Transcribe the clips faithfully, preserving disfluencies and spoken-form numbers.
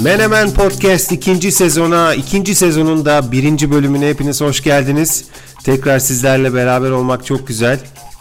Menemen Podcast ikinci sezona, ikinci sezonun da birinci bölümüne hepiniz hoş geldiniz. Tekrar sizlerle beraber olmak çok güzel.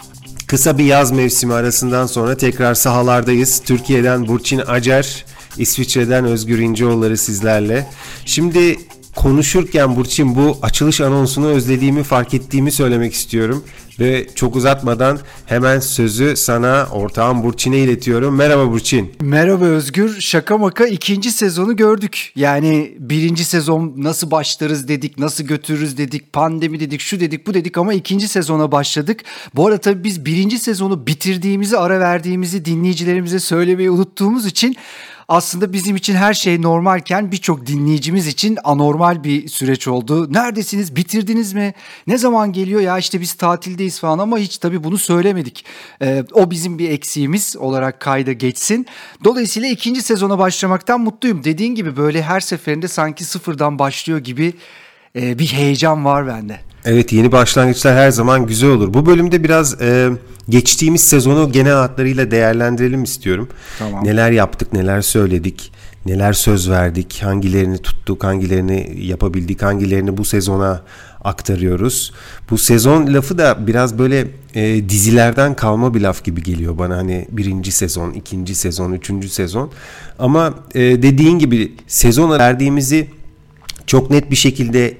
Kısa bir yaz mevsimi arasından sonra tekrar sahalardayız. Türkiye'den Burçin Acar, İsviçre'den Özgür İnceoğulları sizlerle. Şimdi konuşurken Burçin, bu açılış anonsunu özlediğimi fark ettiğimi söylemek istiyorum. Ve çok uzatmadan hemen sözü sana, ortağım Burçin'e iletiyorum. Merhaba Burçin. Merhaba Özgür. Şaka maka ikinci sezonu gördük. Yani birinci sezon nasıl başlarız dedik, nasıl götürürüz dedik, pandemi dedik, şu dedik, bu dedik ama ikinci sezona başladık. Bu arada tabii biz birinci sezonu bitirdiğimizi, ara verdiğimizi dinleyicilerimize söylemeyi unuttuğumuz için aslında bizim için her şey normalken birçok dinleyicimiz için anormal bir süreç oldu. Neredesiniz? Bitirdiniz mi? Ne zaman geliyor? Ya işte biz tatildeyiz falan ama hiç tabii bunu söylemedik. Ee, o bizim bir eksiğimiz olarak kayda geçsin. Dolayısıyla ikinci sezona başlamaktan mutluyum. Dediğin gibi böyle her seferinde sanki sıfırdan başlıyor gibi e, bir heyecan var bende. Evet, yeni başlangıçlar her zaman güzel olur. Bu bölümde biraz e, geçtiğimiz sezonu genel hatlarıyla değerlendirelim istiyorum. Tamam. Neler yaptık, neler söyledik, neler söz verdik, hangilerini tuttuk, hangilerini yapabildik, hangilerini bu sezona aktarıyoruz. Bu sezon lafı da biraz böyle e, dizilerden kalma bir laf gibi geliyor bana. Hani birinci sezon, ikinci sezon, üçüncü sezon. Ama e, dediğin gibi sezona verdiğimizi çok net bir şekilde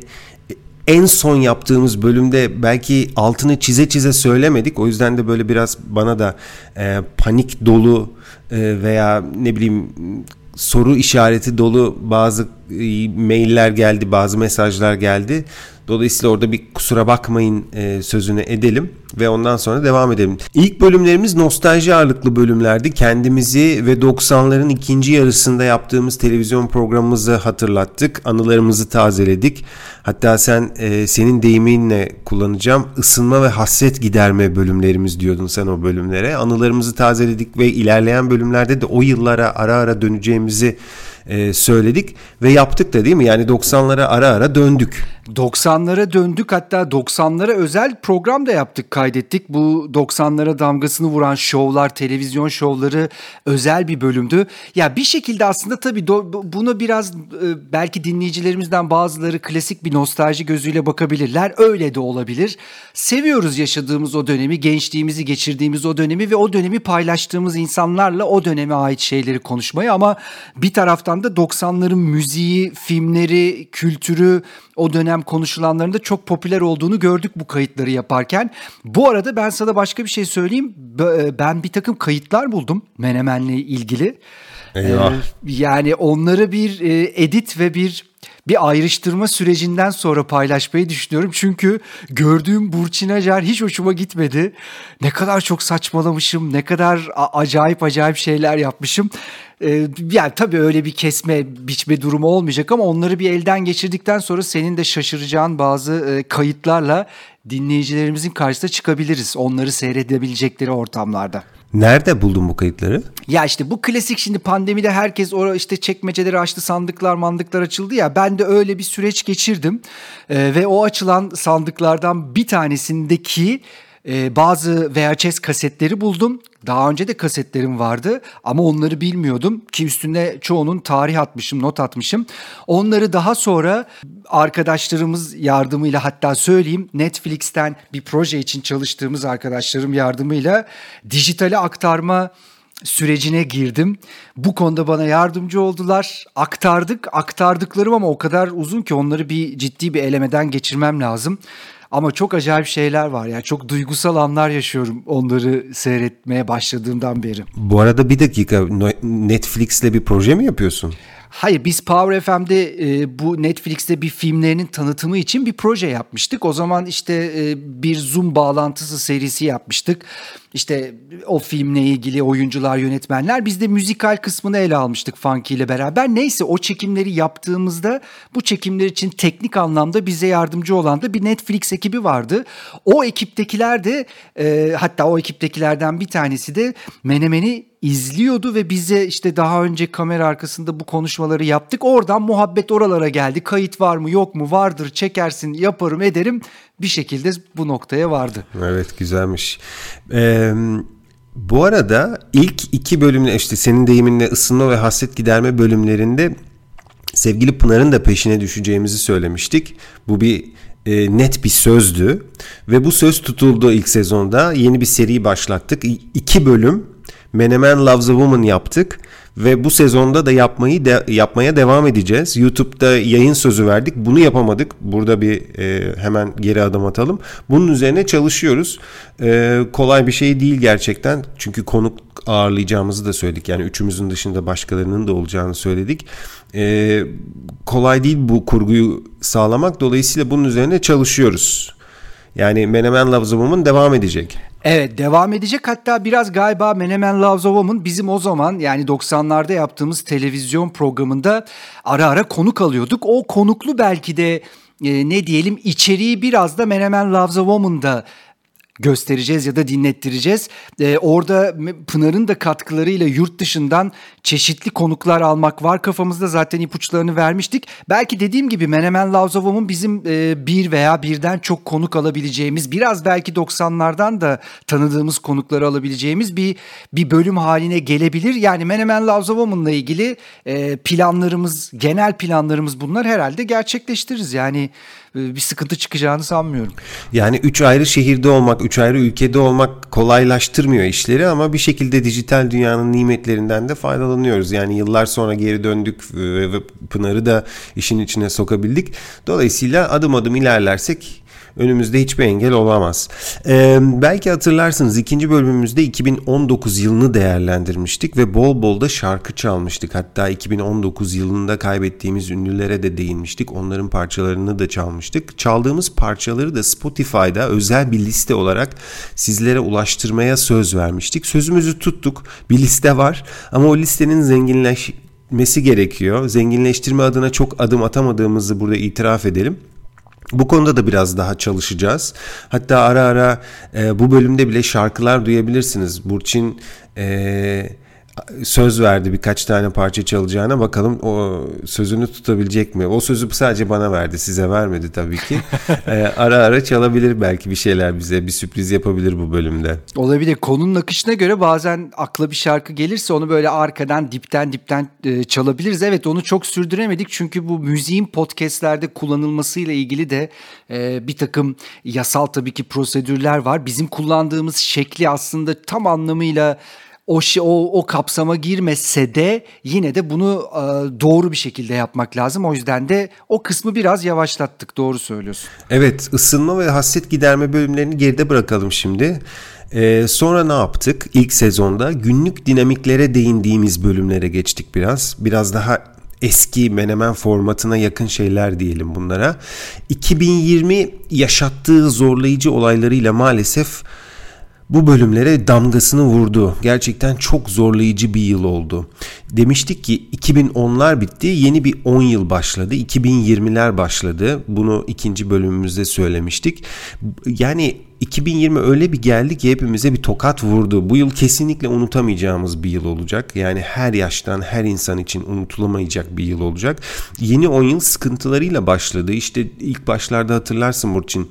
en son yaptığımız bölümde belki altını çize çize söylemedik. O yüzden de böyle biraz bana da e, panik dolu e, veya ne bileyim soru işareti dolu bazı e, mailler geldi, bazı mesajlar geldi. Dolayısıyla orada bir kusura bakmayın e, sözünü edelim ve ondan sonra devam edelim. İlk bölümlerimiz nostalji ağırlıklı bölümlerdi. Kendimizi ve doksanların ikinci yarısında yaptığımız televizyon programımızı hatırlattık. Anılarımızı tazeledik. Hatta sen e, senin deyiminle kullanacağım, ısınma ve hasret giderme bölümlerimiz diyordun sen o bölümlere. Anılarımızı tazeledik ve ilerleyen bölümlerde de o yıllara ara ara döneceğimizi e, söyledik ve yaptık da, değil mi? Yani doksanlara ara ara döndük. doksanlara döndük, hatta doksanlara özel program da yaptık, kaydettik. Bu doksanlara damgasını vuran şovlar, televizyon şovları özel bir bölümdü. Ya bir şekilde aslında tabii do- buna biraz e, belki dinleyicilerimizden bazıları klasik bir nostalji gözüyle bakabilirler. Öyle de olabilir. Seviyoruz yaşadığımız o dönemi, gençliğimizi geçirdiğimiz o dönemi ve o dönemi paylaştığımız insanlarla o döneme ait şeyleri konuşmayı, ama bir taraftan da doksanların müziği, filmleri, kültürü, o dönem konuşulanlarında çok popüler olduğunu gördük bu kayıtları yaparken. Bu arada ben sana başka bir şey söyleyeyim. Ben bir takım kayıtlar buldum Menemen'le ilgili. Eyvah. Ee, yani onları bir e, edit ve bir bir ayrıştırma sürecinden sonra paylaşmayı düşünüyorum. Çünkü gördüğüm Burçin Acar hiç hoşuma gitmedi. Ne kadar çok saçmalamışım, ne kadar a- acayip acayip şeyler yapmışım. Ee, yani tabii öyle bir kesme, biçme durumu olmayacak ama onları bir elden geçirdikten sonra senin de şaşıracağın bazı e, kayıtlarla dinleyicilerimizin karşısına çıkabiliriz. Onları seyredebilecekleri ortamlarda. Nerede buldun bu kayıtları? Ya işte bu klasik, şimdi pandemide herkes o işte çekmeceleri açtı, sandıklar mandıklar açıldı ya, ben de öyle bir süreç geçirdim. Ee, ve o açılan sandıklardan bir tanesindeki e, bazı V H S kasetleri buldum. Daha önce de kasetlerim vardı ama onları bilmiyordum ki üstüne çoğunun tarih atmışım, not atmışım. Onları daha sonra arkadaşlarımız yardımıyla, hatta söyleyeyim, Netflix'ten bir proje için çalıştığımız arkadaşlarım yardımıyla dijitale aktarma sürecine girdim. Bu konuda bana yardımcı oldular. Aktardık, aktardıklarım ama o kadar uzun ki onları bir ciddi bir elemeden geçirmem lazım. Ama çok acayip şeyler var ya. Çok duygusal anlar yaşıyorum onları seyretmeye başladığımdan beri. Bu arada bir dakika, Netflix'le bir proje mi yapıyorsun? Hayır, biz Power F M'de e, bu Netflix'te bir filmlerinin tanıtımı için bir proje yapmıştık. O zaman işte e, bir Zoom bağlantısı serisi yapmıştık. İşte o filmle ilgili oyuncular, yönetmenler. Biz de müzikal kısmını ele almıştık Funky ile beraber. Neyse, o çekimleri yaptığımızda bu çekimler için teknik anlamda bize yardımcı olan da bir Netflix ekibi vardı. O ekiptekiler de e, hatta o ekiptekilerden bir tanesi de Menemen'i izliyordu ve bize işte daha önce kamera arkasında bu konuşmaları yaptık. Oradan muhabbet oralara geldi. Kayıt var mı yok mu? Vardır, çekersin, yaparım, ederim. Bir şekilde bu noktaya vardı. Evet, güzelmiş. Ee, bu arada ilk iki bölümle, işte senin deyiminle ısınma ve hasret giderme bölümlerinde sevgili Pınar'ın da peşine düşeceğimizi söylemiştik. Bu bir e, net bir sözdü ve bu söz tutuldu ilk sezonda. Yeni bir seri başlattık. İ- iki bölüm Menemen Loves a Woman yaptık ve bu sezonda da yapmayı de, yapmaya devam edeceğiz. YouTube'da yayın sözü verdik. Bunu yapamadık. Burada bir e, hemen geri adım atalım. Bunun üzerine çalışıyoruz. E, kolay bir şey değil gerçekten. Çünkü konuk ağırlayacağımızı da söyledik. Yani üçümüzün dışında başkalarının da olacağını söyledik. E, kolay değil bu kurguyu sağlamak. Dolayısıyla bunun üzerine çalışıyoruz. Yani Menemen Loves a Woman devam edecek. Evet, devam edecek. Hatta biraz galiba Menemen Loves a Woman bizim o zaman yani doksanlarda yaptığımız televizyon programında ara ara konuk alıyorduk. O konuklu belki de e, ne diyelim içeriği biraz da Menemen Loves a Woman'da göstereceğiz ya da dinlettireceğiz. Ee, orada Pınar'ın da katkılarıyla yurt dışından çeşitli konuklar almak var kafamızda. Zaten ipuçlarını vermiştik. Belki dediğim gibi Menemen Loves a Woman bizim e, bir veya birden çok konuk alabileceğimiz, biraz belki doksanlardan da tanıdığımız konukları alabileceğimiz bir bir bölüm haline gelebilir. Yani Menemen Loves a Woman'la ilgili e, planlarımız, genel planlarımız bunlar, herhalde gerçekleştiririz. Yani bir sıkıntı çıkacağını sanmıyorum. Yani üç ayrı şehirde olmak, üç ayrı ülkede olmak kolaylaştırmıyor işleri ama bir şekilde dijital dünyanın nimetlerinden de faydalanıyoruz. Yani yıllar sonra geri döndük ve Pınar'ı da işin içine sokabildik. Dolayısıyla adım adım ilerlersek önümüzde hiçbir engel olamaz. Ee, belki hatırlarsınız ikinci bölümümüzde iki bin on dokuz yılını değerlendirmiştik ve bol bol da şarkı çalmıştık. Hatta iki bin on dokuz yılında kaybettiğimiz ünlülere de değinmiştik. Onların parçalarını da çalmıştık. Çaldığımız parçaları da Spotify'da özel bir liste olarak sizlere ulaştırmaya söz vermiştik. Sözümüzü tuttuk. Bir liste var ama o listenin zenginleşmesi gerekiyor. Zenginleştirme adına çok adım atamadığımızı burada itiraf edelim. Bu konuda da biraz daha çalışacağız. Hatta ara ara e, bu bölümde bile şarkılar duyabilirsiniz. Burçin e, söz verdi birkaç tane parça çalacağına, bakalım o sözünü tutabilecek mi? O sözü sadece bana verdi, size vermedi tabii ki. e, ara ara çalabilir belki bir şeyler, bize bir sürpriz yapabilir bu bölümde. Olabilir. Konunun akışına göre bazen akla bir şarkı gelirse onu böyle arkadan dipten dipten e, çalabiliriz. Evet, onu çok sürdüremedik çünkü bu müziğin podcastlerde kullanılmasıyla ilgili de e, bir takım yasal tabii ki prosedürler var. Bizim kullandığımız şekli aslında tam anlamıyla O, o, o kapsama girmese de yine de bunu e, doğru bir şekilde yapmak lazım. O yüzden de o kısmı biraz yavaşlattık. Doğru söylüyorsun. Evet, ısınma ve hasret giderme bölümlerini geride bırakalım şimdi. Ee, sonra ne yaptık? İlk sezonda günlük dinamiklere değindiğimiz bölümlere geçtik biraz. Biraz daha eski Menemen formatına yakın şeyler diyelim bunlara. iki bin yirmi yaşattığı zorlayıcı olaylarıyla maalesef bu bölümlere damgasını vurdu. Gerçekten çok zorlayıcı bir yıl oldu. Demiştik ki iki bin onlar bitti, yeni bir on yıl başladı. iki bin yirmiler başladı. Bunu ikinci bölümümüzde söylemiştik. Yani iki bin yirmi öyle bir geldi ki hepimize bir tokat vurdu. Bu yıl kesinlikle unutamayacağımız bir yıl olacak. Yani her yaştan, her insan için unutulamayacak bir yıl olacak. Yeni on yıl sıkıntılarıyla başladı. İşte ilk başlarda hatırlarsın Burçin.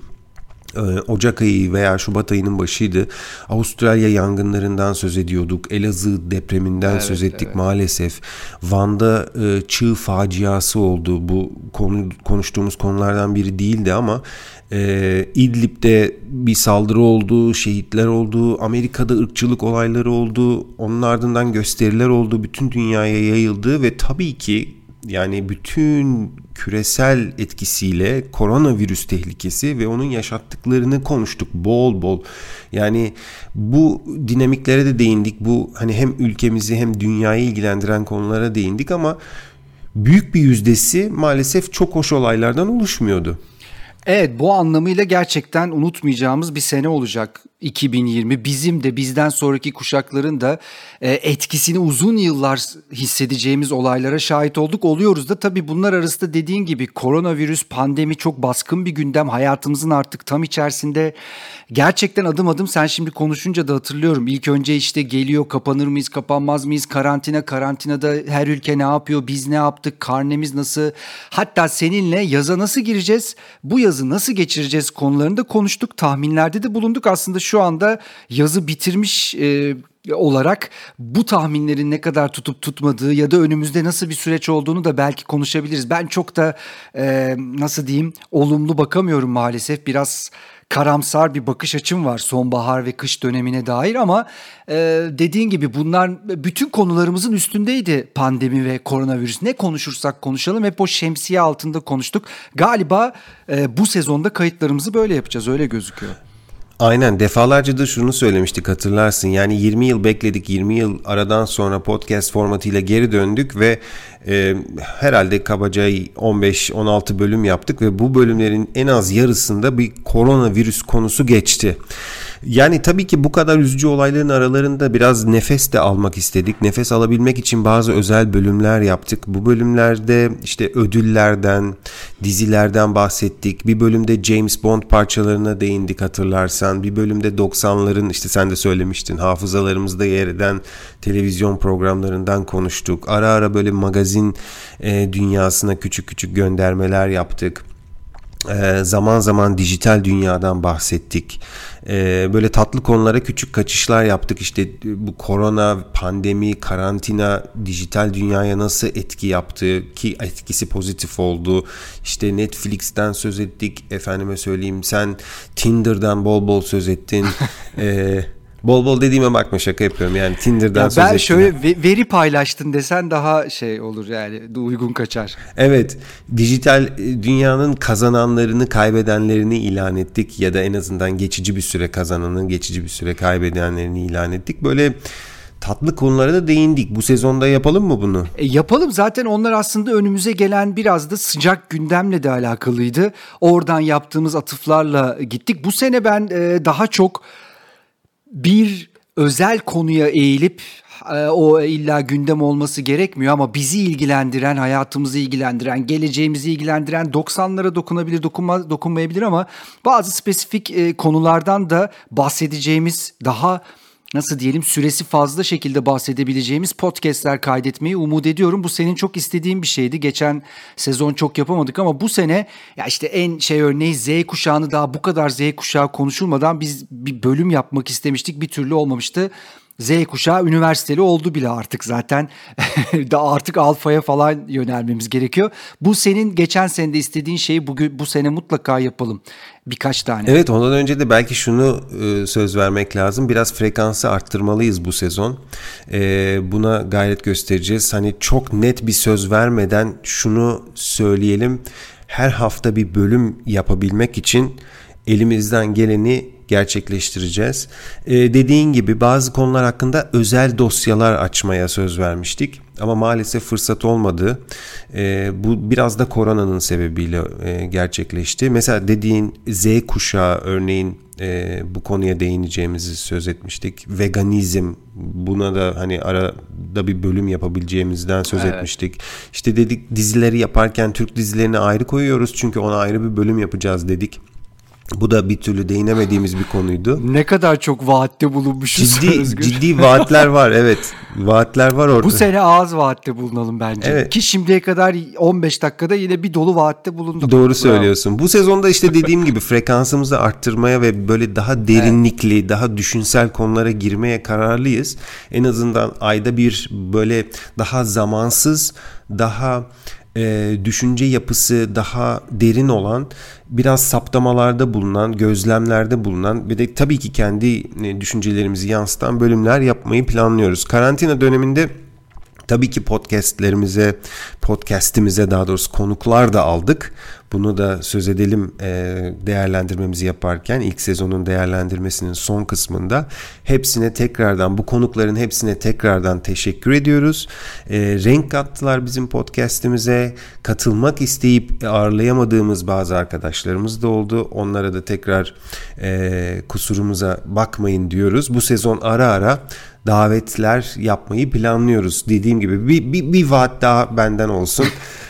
Ocak ayı veya Şubat ayının başıydı. Avustralya yangınlarından söz ediyorduk. Elazığ depreminden evet, söz ettik evet. Maalesef. Van'da e, çığ faciası oldu. Bu konu, konuştuğumuz konulardan biri değildi ama e, İdlib'de bir saldırı oldu, şehitler oldu. Amerika'da ırkçılık olayları oldu. Onun ardından gösteriler oldu. Bütün dünyaya yayıldı ve tabii ki yani bütün küresel etkisiyle koronavirüs tehlikesi ve onun yaşattıklarını konuştuk bol bol. Yani bu dinamiklere de değindik. Bu hani hem ülkemizi hem dünyayı ilgilendiren konulara değindik ama büyük bir yüzdesi maalesef çok hoş olaylardan oluşmuyordu. Evet, bu anlamıyla gerçekten unutmayacağımız bir sene olacak iki bin yirmi. Bizim de bizden sonraki kuşakların da etkisini uzun yıllar hissedeceğimiz olaylara şahit olduk. Oluyoruz da tabii bunlar arasında dediğin gibi koronavirüs, pandemi çok baskın bir gündem. Hayatımızın artık tam içerisinde. Gerçekten adım adım sen şimdi konuşunca da hatırlıyorum. İlk önce işte geliyor, kapanır mıyız, kapanmaz mıyız? Karantina, karantinada her ülke ne yapıyor? Biz ne yaptık? Karnemiz nasıl? Hatta seninle yaza nasıl gireceğiz? Bu yazı nasıl geçireceğiz konularında konuştuk. Tahminlerde de bulunduk. Aslında şu anda yazı bitirmiş e, olarak bu tahminlerin ne kadar tutup tutmadığı ya da önümüzde nasıl bir süreç olduğunu da belki konuşabiliriz. Ben çok da e, nasıl diyeyim olumlu bakamıyorum maalesef. Biraz karamsar bir bakış açım var sonbahar ve kış dönemine dair ama e, dediğin gibi bunlar bütün konularımızın üstündeydi, pandemi ve koronavirüs. Ne konuşursak konuşalım hep o şemsiye altında konuştuk. Galiba e, bu sezonda kayıtlarımızı böyle yapacağız, öyle gözüküyor. Aynen, defalarca da şunu söylemiştik, hatırlarsın. Yani yirmi yıl bekledik, yirmi yıl aradan sonra podcast formatıyla geri döndük ve e, herhalde kabaca on beş on altı bölüm yaptık ve bu bölümlerin en az yarısında bir koronavirüs konusu geçti. Yani tabii ki bu kadar üzücü olayların aralarında biraz nefes de almak istedik. Nefes alabilmek için bazı özel bölümler yaptık. Bu bölümlerde işte ödüllerden, dizilerden bahsettik. Bir bölümde James Bond parçalarına değindik, hatırlarsan. Bir bölümde doksanların, işte sen de söylemiştin, hafızalarımızda yer eden televizyon programlarından konuştuk. Ara ara böyle magazin e, dünyasına küçük küçük göndermeler yaptık. Ee, zaman zaman dijital dünyadan bahsettik. Ee, böyle tatlı konulara küçük kaçışlar yaptık. İşte bu korona, pandemi, karantina dijital dünyaya nasıl etki yaptı, ki etkisi pozitif oldu. İşte Netflix'ten söz ettik. Efendime söyleyeyim, sen Tinder'dan bol bol söz ettin. Ee, Bol bol dediğime bakma, şaka yapıyorum. Yani Tinder'dan ya söz ben ettim. şöyle veri paylaştın desen daha şey olur, yani uygun kaçar. Evet, dijital dünyanın kazananlarını, kaybedenlerini ilan ettik ya da en azından geçici bir süre kazananı, geçici bir süre kaybedenlerini ilan ettik. Böyle tatlı konulara da değindik. Bu sezonda yapalım mı bunu? E yapalım, zaten onlar aslında önümüze gelen biraz da sıcak gündemle de alakalıydı. Oradan yaptığımız atıflarla gittik. Bu sene ben e, daha çok bir özel konuya eğilip e, o illa gündem olması gerekmiyor ama bizi ilgilendiren, hayatımızı ilgilendiren, geleceğimizi ilgilendiren, doksanlara dokunabilir, dokunma, dokunmayabilir ama bazı spesifik e, konulardan da bahsedeceğimiz, daha nasıl diyelim süresi fazla şekilde bahsedebileceğimiz podcastler kaydetmeyi umut ediyorum. Bu senin çok istediğin bir şeydi. Geçen sezon çok yapamadık ama bu sene ya işte en şey örneği Z kuşağını, daha bu kadar Z kuşağı konuşulmadan biz bir bölüm yapmak istemiştik. Bir türlü olmamıştı. Z kuşağı üniversiteli oldu bile artık zaten. Da artık alfaya falan yönelmemiz gerekiyor. Bu senin geçen sene de istediğin şeyi bugün, bu sene mutlaka yapalım. Birkaç tane. Evet, ondan önce de belki şunu e, söz vermek lazım. Biraz frekansı arttırmalıyız bu sezon. E, buna gayret göstereceğiz. Hani çok net bir söz vermeden şunu söyleyelim. Her hafta bir bölüm yapabilmek için elimizden geleni gerçekleştireceğiz. Ee, dediğin gibi bazı konular hakkında özel dosyalar açmaya söz vermiştik ama maalesef fırsat olmadı. Ee, bu biraz da koronanın sebebiyle e, gerçekleşti. Mesela dediğin Z kuşağı örneğin, e, bu konuya değineceğimizi söz etmiştik. Veganizm, buna da hani arada bir bölüm yapabileceğimizden söz evet. etmiştik. İşte dedik, dizileri yaparken Türk dizilerini ayrı koyuyoruz çünkü ona ayrı bir bölüm yapacağız dedik. Bu da bir türlü değinemediğimiz bir konuydu. Ne kadar çok vaatte bulunmuşuz. Ciddi ciddi vaatler var, evet. Vaatler var orada. Bu sene az vaatte bulunalım bence. Evet. Ki şimdiye kadar on beş dakikada yine bir dolu vaatte bulunduk. Doğru söylüyorsun. Bravo. Bu sezonda işte dediğim gibi frekansımızı arttırmaya ve böyle daha derinlikli, evet. daha düşünsel konulara girmeye kararlıyız. En azından ayda bir böyle daha zamansız, daha E, düşünce yapısı daha derin olan, biraz saptamalarda bulunan, gözlemlerde bulunan ve de tabii ki kendi e, düşüncelerimizi yansıtan bölümler yapmayı planlıyoruz. Karantina döneminde tabii ki podcastlerimize, podcastimize daha doğrusu konuklar da aldık. Bunu da söz edelim e, değerlendirmemizi yaparken, ilk sezonun değerlendirmesinin son kısmında hepsine tekrardan, bu konukların hepsine tekrardan teşekkür ediyoruz. E, renk kattılar bizim podcastimize. Katılmak isteyip ağırlayamadığımız bazı arkadaşlarımız da oldu. Onlara da tekrar e, kusurumuza bakmayın diyoruz. Bu sezon ara ara davetler yapmayı planlıyoruz. Dediğim gibi bir, bir, bir vaat daha benden olsun.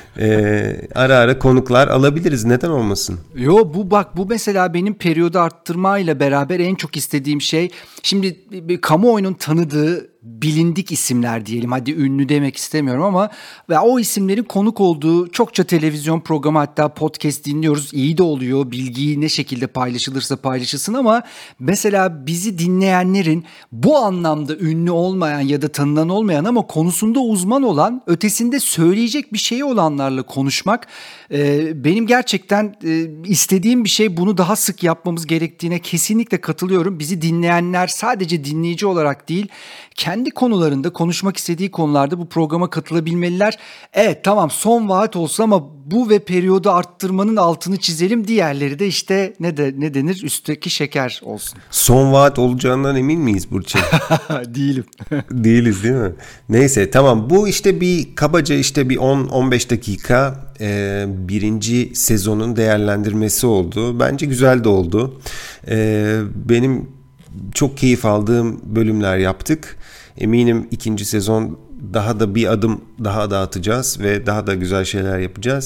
Ee, ara ara konuklar alabiliriz, neden olmasın? Yo, bu bak bu mesela benim periyodu arttırmayla beraber en çok istediğim şey. Şimdi bir kamuoyunun tanıdığı bilindik isimler diyelim. Hadi ünlü demek istemiyorum ama ve o isimlerin konuk olduğu çokça televizyon programı, hatta podcast dinliyoruz. İyi de oluyor. Bilgiyi ne şekilde paylaşılırsa paylaşılsın ama mesela bizi dinleyenlerin bu anlamda ünlü olmayan ya da tanınan olmayan ama konusunda uzman olan, ötesinde söyleyecek bir şey olanlarla konuşmak e, benim gerçekten e, istediğim bir şey. Bunu daha sık yapmamız gerektiğine kesinlikle katılıyorum. Bizi dinleyenler sadece dinleyici olarak değil, kendi konularında, konuşmak istediği konularda bu programa katılabilmeliler. Evet, tamam, son vaat olsun ama bu ve periyodu arttırmanın altını çizelim. Diğerleri de işte ne de ne denir, üstteki şeker olsun. Son vaat olacağından emin miyiz Burçin? Değilim. Değiliz değil mi? Neyse, tamam, bu işte bir kabaca işte bir on on beş dakika e, birinci sezonun değerlendirmesi oldu. Bence güzel de oldu. E, benim çok keyif aldığım bölümler yaptık. Eminim ikinci sezon daha da bir adım daha da atacağız ve daha da güzel şeyler yapacağız.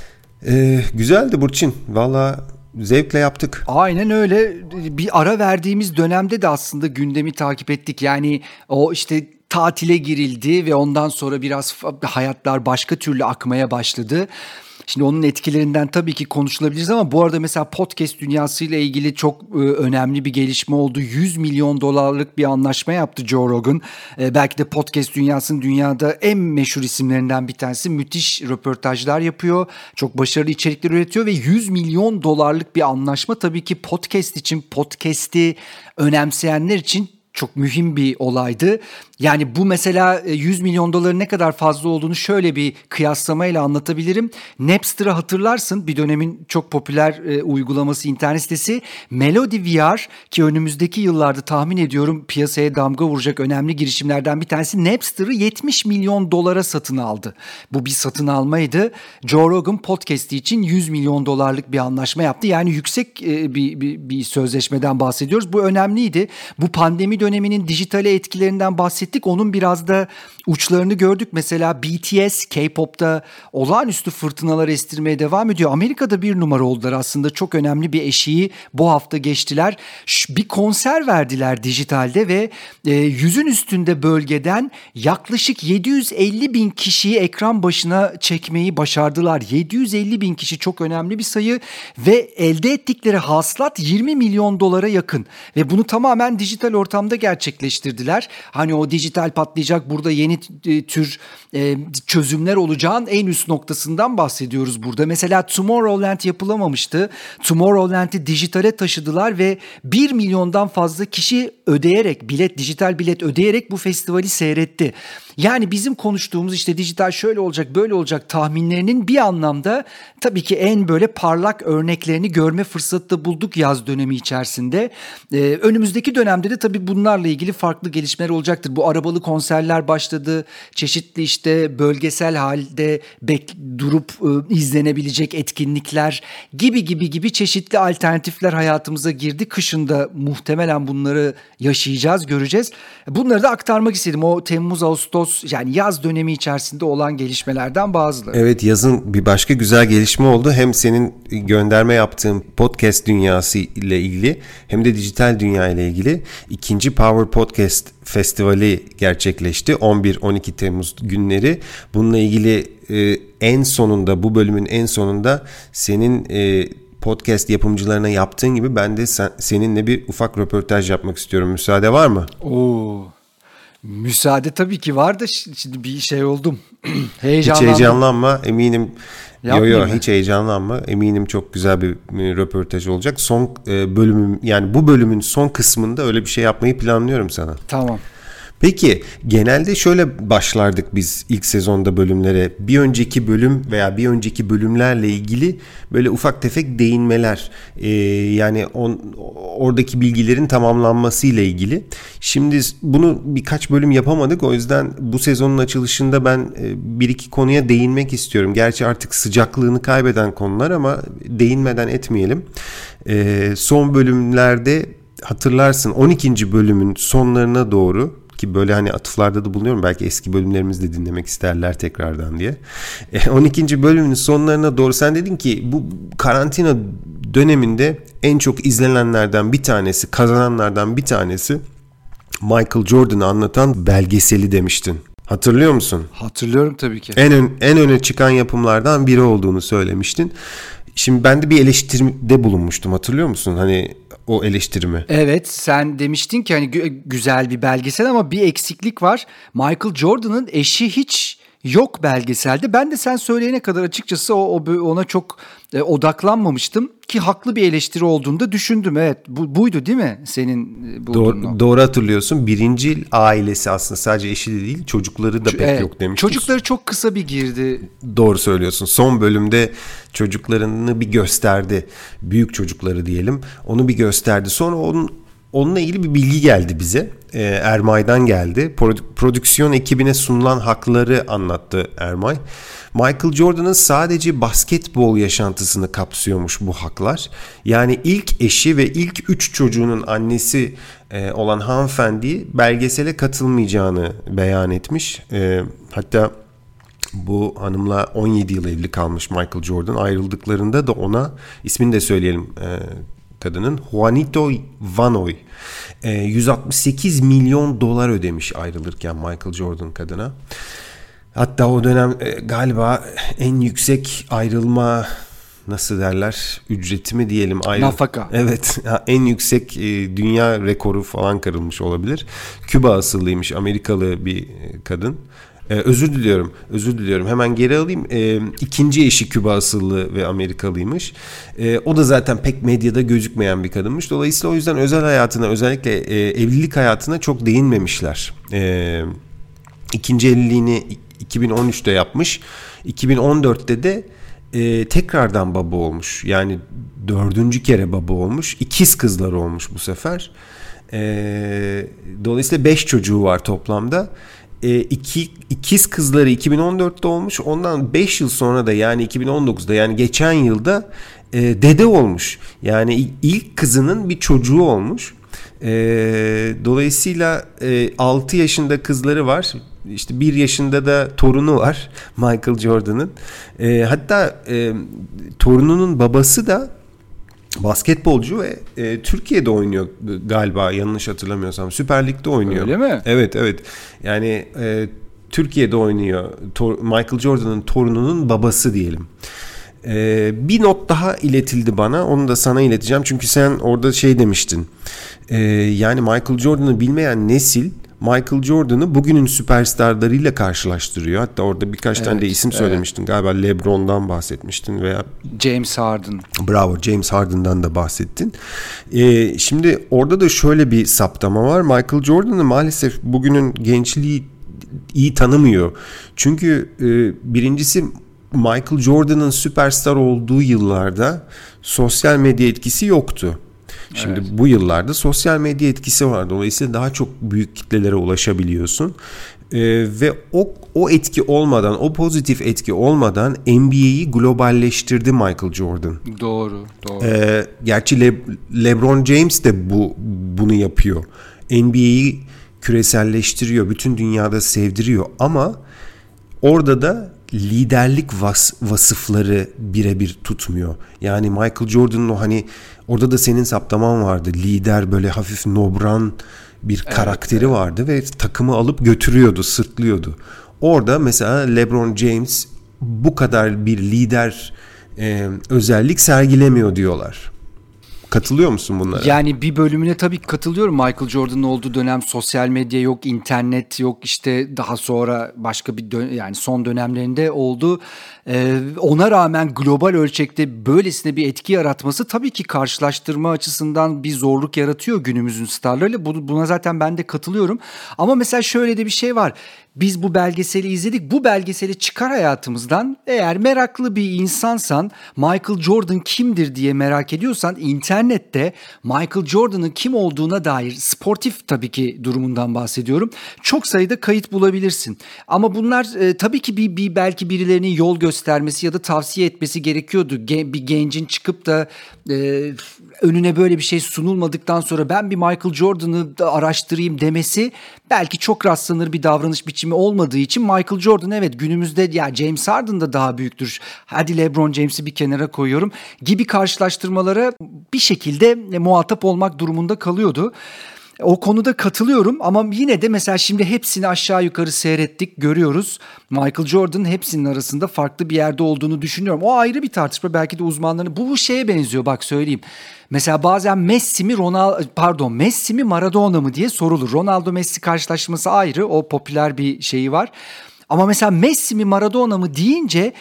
Ee, güzeldi Burçin. Valla zevkle yaptık. Aynen öyle. Bir ara verdiğimiz dönemde de aslında gündemi takip ettik. Yani o işte tatile girildi ve ondan sonra biraz hayatlar başka türlü akmaya başladı. Şimdi onun etkilerinden tabii ki konuşulabiliriz ama bu arada mesela podcast dünyasıyla ilgili çok e, önemli bir gelişme oldu. yüz milyon dolarlık bir anlaşma yaptı Joe Rogan. E, belki de podcast dünyasının dünyada en meşhur isimlerinden bir tanesi. Müthiş röportajlar yapıyor. Çok başarılı içerikler üretiyor ve yüz milyon dolarlık bir anlaşma tabii ki podcast için, podcast'i önemseyenler için çok mühim bir olaydı. Yani bu mesela yüz milyon doların ne kadar fazla olduğunu şöyle bir kıyaslamayla anlatabilirim. Napster'ı hatırlarsın, bir dönemin çok popüler e, uygulaması, internet sitesi. Melody V R, ki önümüzdeki yıllarda tahmin ediyorum piyasaya damga vuracak önemli girişimlerden bir tanesi, Napster'ı yetmiş milyon dolara satın aldı. Bu bir satın almaydı. Joe Rogan podcast'i için yüz milyon dolarlık bir anlaşma yaptı. Yani yüksek e, bir, bir, bir sözleşmeden bahsediyoruz. Bu önemliydi. Bu pandemi döneminin dijitale etkilerinden bahsettik. Onun biraz da uçlarını gördük. Mesela B T S K-pop'ta olağanüstü fırtınalar estirmeye devam ediyor. Amerika'da bir numara oldular aslında. Çok önemli bir eşiği bu hafta geçtiler. Bir konser verdiler dijitalde ve e, yüzün üstünde bölgeden yaklaşık yedi yüz elli bin kişiyi ekran başına çekmeyi başardılar. yedi yüz elli bin kişi çok önemli bir sayı ve elde ettikleri hasılat yirmi milyon dolara yakın. Ve bunu tamamen dijital ortamda gerçekleştirdiler. Hani o dijital patlayacak, burada yeni tür e, çözümler olacağın en üst noktasından bahsediyoruz burada. Mesela Tomorrowland yapılamamıştı. Tomorrowland'i dijitale taşıdılar ve bir milyondan fazla kişi ödeyerek, bilet, dijital bilet ödeyerek bu festivali seyretti. Yani bizim konuştuğumuz işte dijital şöyle olacak, böyle olacak tahminlerinin bir anlamda tabii ki en böyle parlak örneklerini görme fırsatı da bulduk yaz dönemi içerisinde. Ee, önümüzdeki dönemde de tabii bunlarla ilgili farklı gelişmeler olacaktır. Bu arabalı konserler başladı. Çeşitli işte bölgesel halde bek- durup e, izlenebilecek etkinlikler gibi gibi gibi çeşitli alternatifler hayatımıza girdi. Kışın da muhtemelen bunları yaşayacağız, göreceğiz. Bunları da aktarmak istedim. O Temmuz, Ağustos, yani yaz dönemi içerisinde olan gelişmelerden bazıları. Evet, yazın bir başka güzel gelişme oldu. Hem senin gönderme yaptığın podcast dünyası ile ilgili hem de dijital dünya ile ilgili ikinci Power Podcast Festivali gerçekleşti. on bir on iki Temmuz günleri. Bununla ilgili e, en sonunda, bu bölümün en sonunda senin e, podcast yapımcılarına yaptığın gibi ben de sen, seninle bir ufak röportaj yapmak istiyorum. Müsaade var mı? Oo. Müsaade tabii ki var da şimdi bir şey oldum. Heyecanlandım. Hiç heyecanlanma, eminim. Yo yo mi? hiç heyecanlanma. Eminim çok güzel bir, bir röportaj olacak. Son e, bölümüm, yani bu bölümün son kısmında öyle bir şey yapmayı planlıyorum sana. Tamam. Peki genelde şöyle başlardık biz ilk sezonda bölümlere. Bir önceki bölüm veya bir önceki bölümlerle ilgili böyle ufak tefek değinmeler. Ee, yani on, oradaki bilgilerin tamamlanması ile ilgili. Şimdi bunu birkaç bölüm yapamadık. O yüzden bu sezonun açılışında ben bir iki konuya değinmek istiyorum. Gerçi artık sıcaklığını kaybeden konular ama değinmeden etmeyelim. Ee, son bölümlerde hatırlarsın on ikinci bölümün sonlarına doğru, ki böyle hani atıflarda da bulunuyorum, belki eski bölümlerimizi de dinlemek isterler tekrardan diye. on ikinci bölümün sonlarına doğru sen dedin ki bu karantina döneminde en çok izlenenlerden bir tanesi, kazananlardan bir tanesi Michael Jordan'ı anlatan belgeseli demiştin. Hatırlıyor musun? Hatırlıyorum tabii ki. En, ön, en öne çıkan yapımlardan biri olduğunu söylemiştin. Şimdi ben de bir eleştiride bulunmuştum, hatırlıyor musun? Hani o eleştirimi. Evet, sen demiştin ki hani gü- güzel bir belgesel ama bir eksiklik var. Michael Jordan'ın eşi hiç yok belgeselde. Ben de sen söyleyene kadar açıkçası o, o ona çok e, odaklanmamıştım ki haklı bir eleştiri olduğunu da düşündüm. Evet, bu buydu değil mi senin e, bulduğun Doğru, nokta? doğru hatırlıyorsun. Birincil ailesi aslında sadece eşi de değil, çocukları da pek Evet, yok demiştin. çocukları çok kısa bir girdi. Doğru söylüyorsun. Son bölümde çocuklarını bir gösterdi. Büyük çocukları diyelim. Onu bir gösterdi. Sonra onun onunla ilgili bir bilgi geldi bize. Ee, Ermay'dan geldi. Pro- prodüksiyon ekibine sunulan hakları anlattı Ermay. Michael Jordan'ın sadece basketbol yaşantısını kapsıyormuş bu haklar. Yani ilk eşi ve ilk üç çocuğunun annesi e, olan hanımefendi belgesele katılmayacağını beyan etmiş. E, hatta bu hanımla on yedi yıl evli kalmış Michael Jordan. Ayrıldıklarında da ona, ismini de söyleyelim e, kadının, Juanito Vanoy, e, yüz altmış sekiz milyon dolar ödemiş ayrılırken Michael Jordan kadına. Hatta o dönem e, galiba en yüksek ayrılma, nasıl derler, ücreti mi diyelim? Ayrı... Nafaka. Evet, en yüksek e, dünya rekoru falan kırılmış olabilir. Küba asıllıymış, Amerikalı bir kadın. Ee, özür diliyorum, özür diliyorum. Hemen geri alayım. Ee, ikinci eşi Küba asıllı ve Amerikalıymış. Ee, o da zaten pek medyada gözükmeyen bir kadınmış. Dolayısıyla o yüzden özel hayatına, özellikle e, evlilik hayatına çok değinmemişler. Ee, ikinci evliliğini iki bin on üçte yapmış. iki bin on dörtte de e, tekrardan baba olmuş. Yani dördüncü kere baba olmuş. İkiz kızları olmuş bu sefer. Ee, dolayısıyla beş çocuğu var toplamda. E, iki, ikiz kızları iki bin on dörtte olmuş. Ondan beş yıl sonra da, yani iki bin on dokuzda, yani geçen yılda e, dede olmuş. Yani ilk kızının bir çocuğu olmuş. E, dolayısıyla e, altı yaşında kızları var. İşte bir yaşında da torunu var Michael Jordan'ın. E, hatta e, torununun babası da basketbolcu ve e, Türkiye'de oynuyor galiba, yanlış hatırlamıyorsam. Süper Lig'de oynuyor. Öyle mi? Evet, evet. Yani e, Türkiye'de oynuyor. Tor- Michael Jordan'ın torununun babası diyelim. E, bir not daha iletildi bana. Onu da sana ileteceğim. Çünkü sen orada şey demiştin. E, yani Michael Jordan'ı bilmeyen nesil Michael Jordan'ı bugünün süperstarlarıyla karşılaştırıyor. Hatta orada birkaç evet, tane de isim evet. söylemiştin. Galiba LeBron'dan bahsetmiştin veya James Harden. Bravo, James Harden'dan da bahsettin. Ee, şimdi orada da şöyle bir saptama var. Michael Jordan'ı maalesef bugünün gençliği iyi tanımıyor. Çünkü e, birincisi, Michael Jordan'ın süperstar olduğu yıllarda sosyal medya etkisi yoktu. Şimdi evet. bu yıllarda sosyal medya etkisi var. Dolayısıyla daha çok büyük kitlelere ulaşabiliyorsun. Ee, ve o o etki olmadan, o pozitif etki olmadan N B A'yi globalleştirdi Michael Jordan. Doğru, doğru. Ee, gerçi Le- LeBron James de bu bunu yapıyor. N B A'yi küreselleştiriyor, bütün dünyada sevdiriyor ama orada da liderlik vas- vasıfları birebir tutmuyor. Yani Michael Jordan'ın o, hani orada da senin saptaman vardı. Lider, böyle hafif nobran bir evet, karakteri evet. vardı ve takımı alıp götürüyordu, sırtlıyordu. Orada mesela LeBron James bu kadar bir lider e, özellik sergilemiyor diyorlar. Katılıyor musun bunlara? Yani bir bölümüne tabii katılıyorum. Michael Jordan'ın olduğu dönem sosyal medya yok, internet yok. İşte daha sonra başka bir dön- yani son dönemlerinde oldu. Ee, ona rağmen global ölçekte böylesine bir etki yaratması tabii ki karşılaştırma açısından bir zorluk yaratıyor günümüzün starlarıyla. Buna zaten ben de katılıyorum. Ama mesela şöyle de bir şey var. Biz bu belgeseli izledik. Bu belgeseli çıkar hayatımızdan. Eğer meraklı bir insansan, Michael Jordan kimdir diye merak ediyorsan, internette Michael Jordan'ın kim olduğuna dair, sportif tabii ki durumundan bahsediyorum, çok sayıda kayıt bulabilirsin. Ama bunlar e, tabii ki bir, bir belki birilerinin yol göstermesi ya da tavsiye etmesi gerekiyordu. Gen, bir gencin çıkıp da e, önüne böyle bir şey sunulmadıktan sonra ben bir Michael Jordan'ı da araştırayım demesi belki çok rastlanır bir davranış biçimi olmadığı için Michael Jordan evet günümüzde, ya James Harden da daha büyüktür, hadi LeBron James'i bir kenara koyuyorum gibi karşılaştırmalara bir şekilde muhatap olmak durumunda kalıyordu. O konuda katılıyorum ama yine de mesela şimdi hepsini aşağı yukarı seyrettik, görüyoruz. Michael Jordan hepsinin arasında farklı bir yerde olduğunu düşünüyorum. O ayrı bir tartışma, belki de uzmanların. Bu, bu şeye benziyor, bak söyleyeyim. Mesela bazen Messi mi Ronaldo pardon Messi mi Maradona mı diye sorulur. Ronaldo Messi karşılaşması ayrı, o popüler bir şeyi var. Ama mesela Messi mi Maradona mı deyince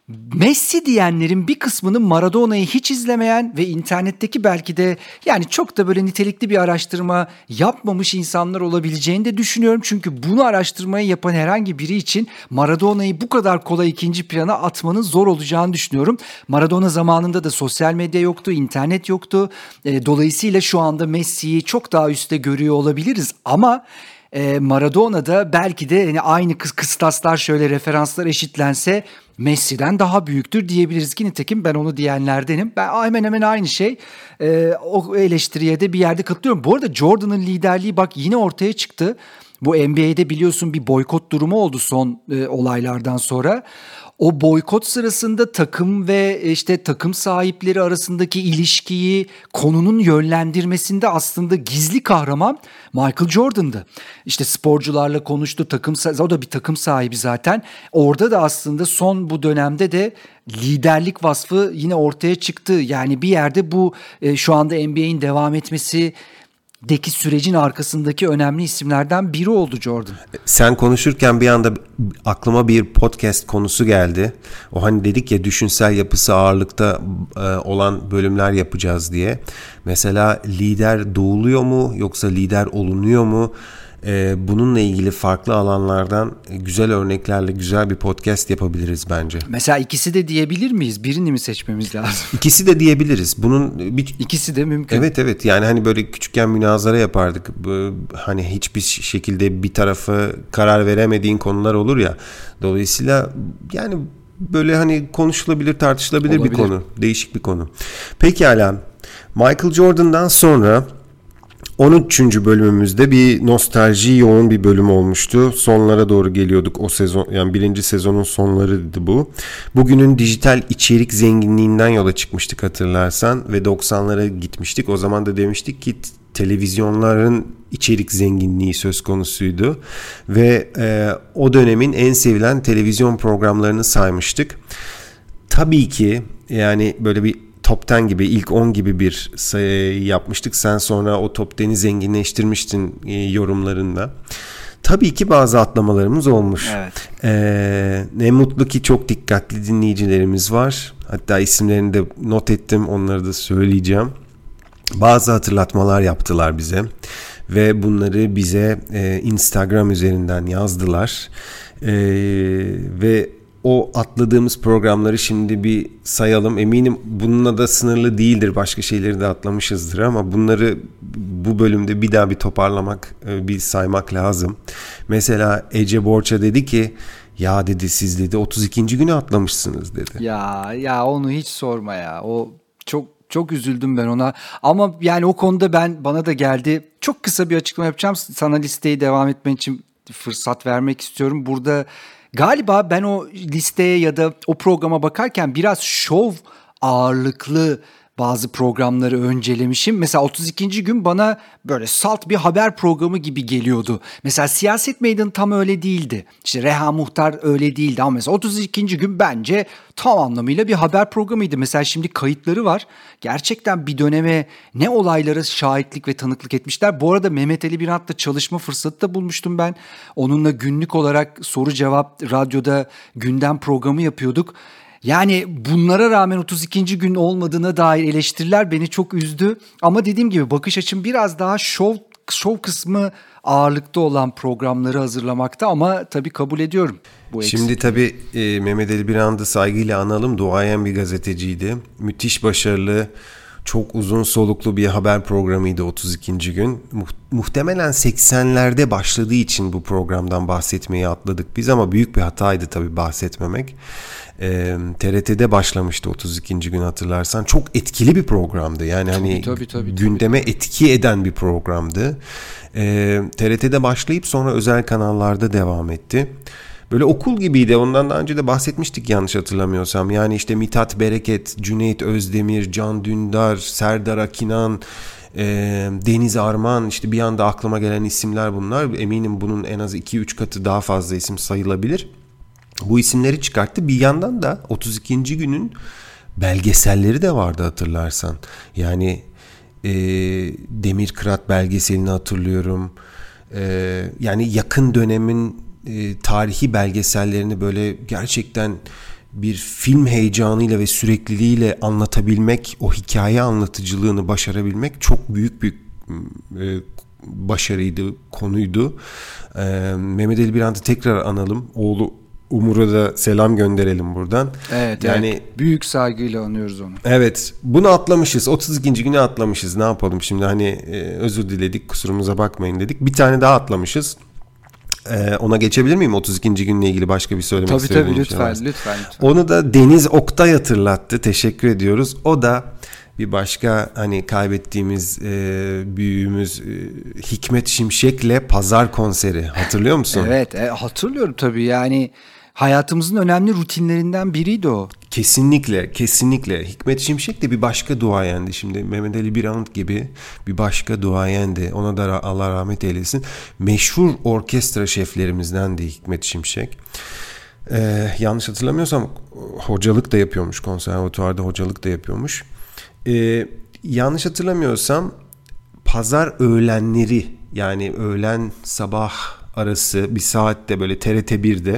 Messi diyenlerin bir kısmının Maradona'yı hiç izlemeyen ve internetteki belki de yani çok da böyle nitelikli bir araştırma yapmamış insanlar olabileceğini de düşünüyorum. Çünkü bunu araştırmayı yapan herhangi biri için Maradona'yı bu kadar kolay ikinci plana atmanın zor olacağını düşünüyorum. Maradona zamanında da sosyal medya yoktu, internet yoktu. Dolayısıyla şu anda Messi'yi çok daha üstte görüyor olabiliriz ama Maradona'da belki de yani aynı kıstaslar, şöyle referanslar eşitlense Messi'den daha büyüktür diyebiliriz ki nitekim ben onu diyenlerdenim. Ben hemen hemen aynı şey, ee, o eleştiriye de bir yerde katılıyorum. Bu arada Jordan'ın liderliği bak yine ortaya çıktı. Bu N B A'de biliyorsun bir boykot durumu oldu son e, olaylardan sonra. O boykot sırasında takım ve işte takım sahipleri arasındaki ilişkiyi konunun yönlendirmesinde aslında gizli kahraman Michael Jordan'dı. İşte sporcularla konuştu, takım, o da bir takım sahibi zaten. Orada da aslında son bu dönemde de liderlik vasfı yine ortaya çıktı. Yani bir yerde bu e, şu anda N B A'in devam etmesi deki sürecin arkasındaki önemli isimlerden biri oldu Jordan. Sen konuşurken bir anda aklıma bir podcast konusu geldi. O hani dedik ya, düşünsel yapısı ağırlıkta olan bölümler yapacağız diye. Mesela lider doğuluyor mu yoksa lider olunuyor mu? Bununla ilgili farklı alanlardan güzel örneklerle güzel bir podcast yapabiliriz bence. Mesela ikisi de diyebilir miyiz? Birini mi seçmemiz lazım? İkisi de diyebiliriz. Bunun bir... İkisi de mümkün. Evet evet, yani hani böyle küçükken münazara yapardık. Hani hiçbir şekilde bir tarafı karar veremediğin konular olur ya. Dolayısıyla yani böyle hani konuşulabilir, tartışılabilir Olabilir. bir konu. Değişik bir konu. Pekala. Michael Jordan'dan sonra on üçüncü bölümümüzde bir nostalji yoğun bir bölüm olmuştu. Sonlara doğru geliyorduk o sezon, yani birinci sezonun sonlarıydı bu. Bugünün dijital içerik zenginliğinden yola çıkmıştık hatırlarsan ve doksanlara gitmiştik. O zaman da demiştik ki televizyonların içerik zenginliği söz konusuydu ve e, o dönemin en sevilen televizyon programlarını saymıştık. Tabii ki yani böyle bir Top on gibi, ilk on gibi bir sayı yapmıştık. Sen sonra o Top onu zenginleştirmiştin e, yorumlarında. Tabii ki bazı atlamalarımız olmuş. Evet. Ee, ne mutlu ki çok dikkatli dinleyicilerimiz var. Hatta isimlerini de not ettim, onları da söyleyeceğim. Bazı hatırlatmalar yaptılar bize ve bunları bize e, Instagram üzerinden yazdılar. E, ve o atladığımız programları şimdi bir sayalım. Eminim bununla da sınırlı değildir. Başka şeyleri de atlamışızdır ama bunları bu bölümde bir daha bir toparlamak, bir saymak lazım. Mesela Ece Borça dedi ki, ya dedi siz dedi otuz ikinci günü atlamışsınız dedi. Ya ya onu hiç sorma ya. O çok çok üzüldüm ben ona. Ama yani o konuda ben bana da geldi. Çok kısa bir açıklama yapacağım. Sana listeyi devam etmen için fırsat vermek istiyorum. Burada galiba ben o listeye ya da o programa bakarken biraz şov ağırlıklı bazı programları öncelemişim. Mesela otuz ikinci gün bana böyle salt bir haber programı gibi geliyordu. Mesela Siyaset Meydanı tam öyle değildi. İşte Reha Muhtar öyle değildi ama mesela otuz ikinci gün bence tam anlamıyla bir haber programıydı. Mesela şimdi kayıtları var. Gerçekten bir döneme ne olaylara şahitlik ve tanıklık etmişler. Bu arada Mehmet Ali Birant'la çalışma fırsatı da bulmuştum ben. Onunla günlük olarak soru cevap radyoda gündem programı yapıyorduk. Yani bunlara rağmen otuz ikinci gün olmadığına dair eleştiriler beni çok üzdü. Ama dediğim gibi bakış açım biraz daha şov, şov kısmı ağırlıkta olan programları hazırlamakta ama tabii kabul ediyorum bu eksikliği. Şimdi tabii e, Mehmet Ali Birand'ı saygıyla analım. Duayen bir gazeteciydi. Müthiş başarılı, çok uzun soluklu bir haber programıydı otuz ikinci gün. Muhtemelen seksenlerde başladığı için bu programdan bahsetmeyi atladık biz ama büyük bir hataydı tabii bahsetmemek. E, T R T'de başlamıştı otuz ikinci gün hatırlarsan. Çok etkili bir programdı. Yani tabii, hani tabii, tabii, gündeme tabii. etki eden bir programdı. E, T R T'de başlayıp sonra özel kanallarda devam etti. Böyle okul gibiydi. Ondan daha önce de bahsetmiştik yanlış hatırlamıyorsam. Yani işte Mithat Bereket, Cüneyt Özdemir, Can Dündar, Serdar Akinan, e, Deniz Armağan, işte bir anda aklıma gelen isimler bunlar. Eminim bunun en az iki üç katı daha fazla isim sayılabilir. Bu isimleri çıkarttı. Bir yandan da otuz ikinci günün belgeselleri de vardı hatırlarsan. Yani e, Demir Kırat belgeselini hatırlıyorum. E, yani yakın dönemin e, tarihi belgesellerini böyle gerçekten bir film heyecanıyla ve sürekliliğiyle anlatabilmek, o hikaye anlatıcılığını başarabilmek çok büyük bir e, başarıydı, konuydu. E, Mehmet Ali Birand'ı tekrar analım. Oğlu Umur'a da selam gönderelim buradan. Evet, yani evet. Büyük saygıyla anıyoruz onu. Evet, bunu atlamışız. otuz ikinci günü atlamışız. Ne yapalım şimdi, hani e, özür diledik, kusurumuza bakmayın dedik. Bir tane daha atlamışız. Ee, ona geçebilir miyim? otuz ikinci günle ilgili başka bir söylemek tabii, istediğim tabii, şey lütfen, varsa. lütfen, lütfen. Onu da Deniz Oktay hatırlattı. Teşekkür ediyoruz. O da bir başka hani kaybettiğimiz e, büyüğümüz e, Hikmet Şimşek'le Pazar konseri. Hatırlıyor musun? Evet, e, hatırlıyorum tabii. Yani hayatımızın önemli rutinlerinden biriydi o. Kesinlikle, kesinlikle. Hikmet Şimşek de bir başka duayendi. Şimdi Mehmet Ali Birand gibi bir başka duayendi. Ona da Allah rahmet eylesin. Meşhur orkestra şeflerimizdendi Hikmet Şimşek. Ee, yanlış hatırlamıyorsam hocalık da yapıyormuş. Konservatuvarda hocalık da yapıyormuş. Ee, yanlış hatırlamıyorsam pazar öğlenleri, yani öğlen sabah arası bir saatte böyle T R T birde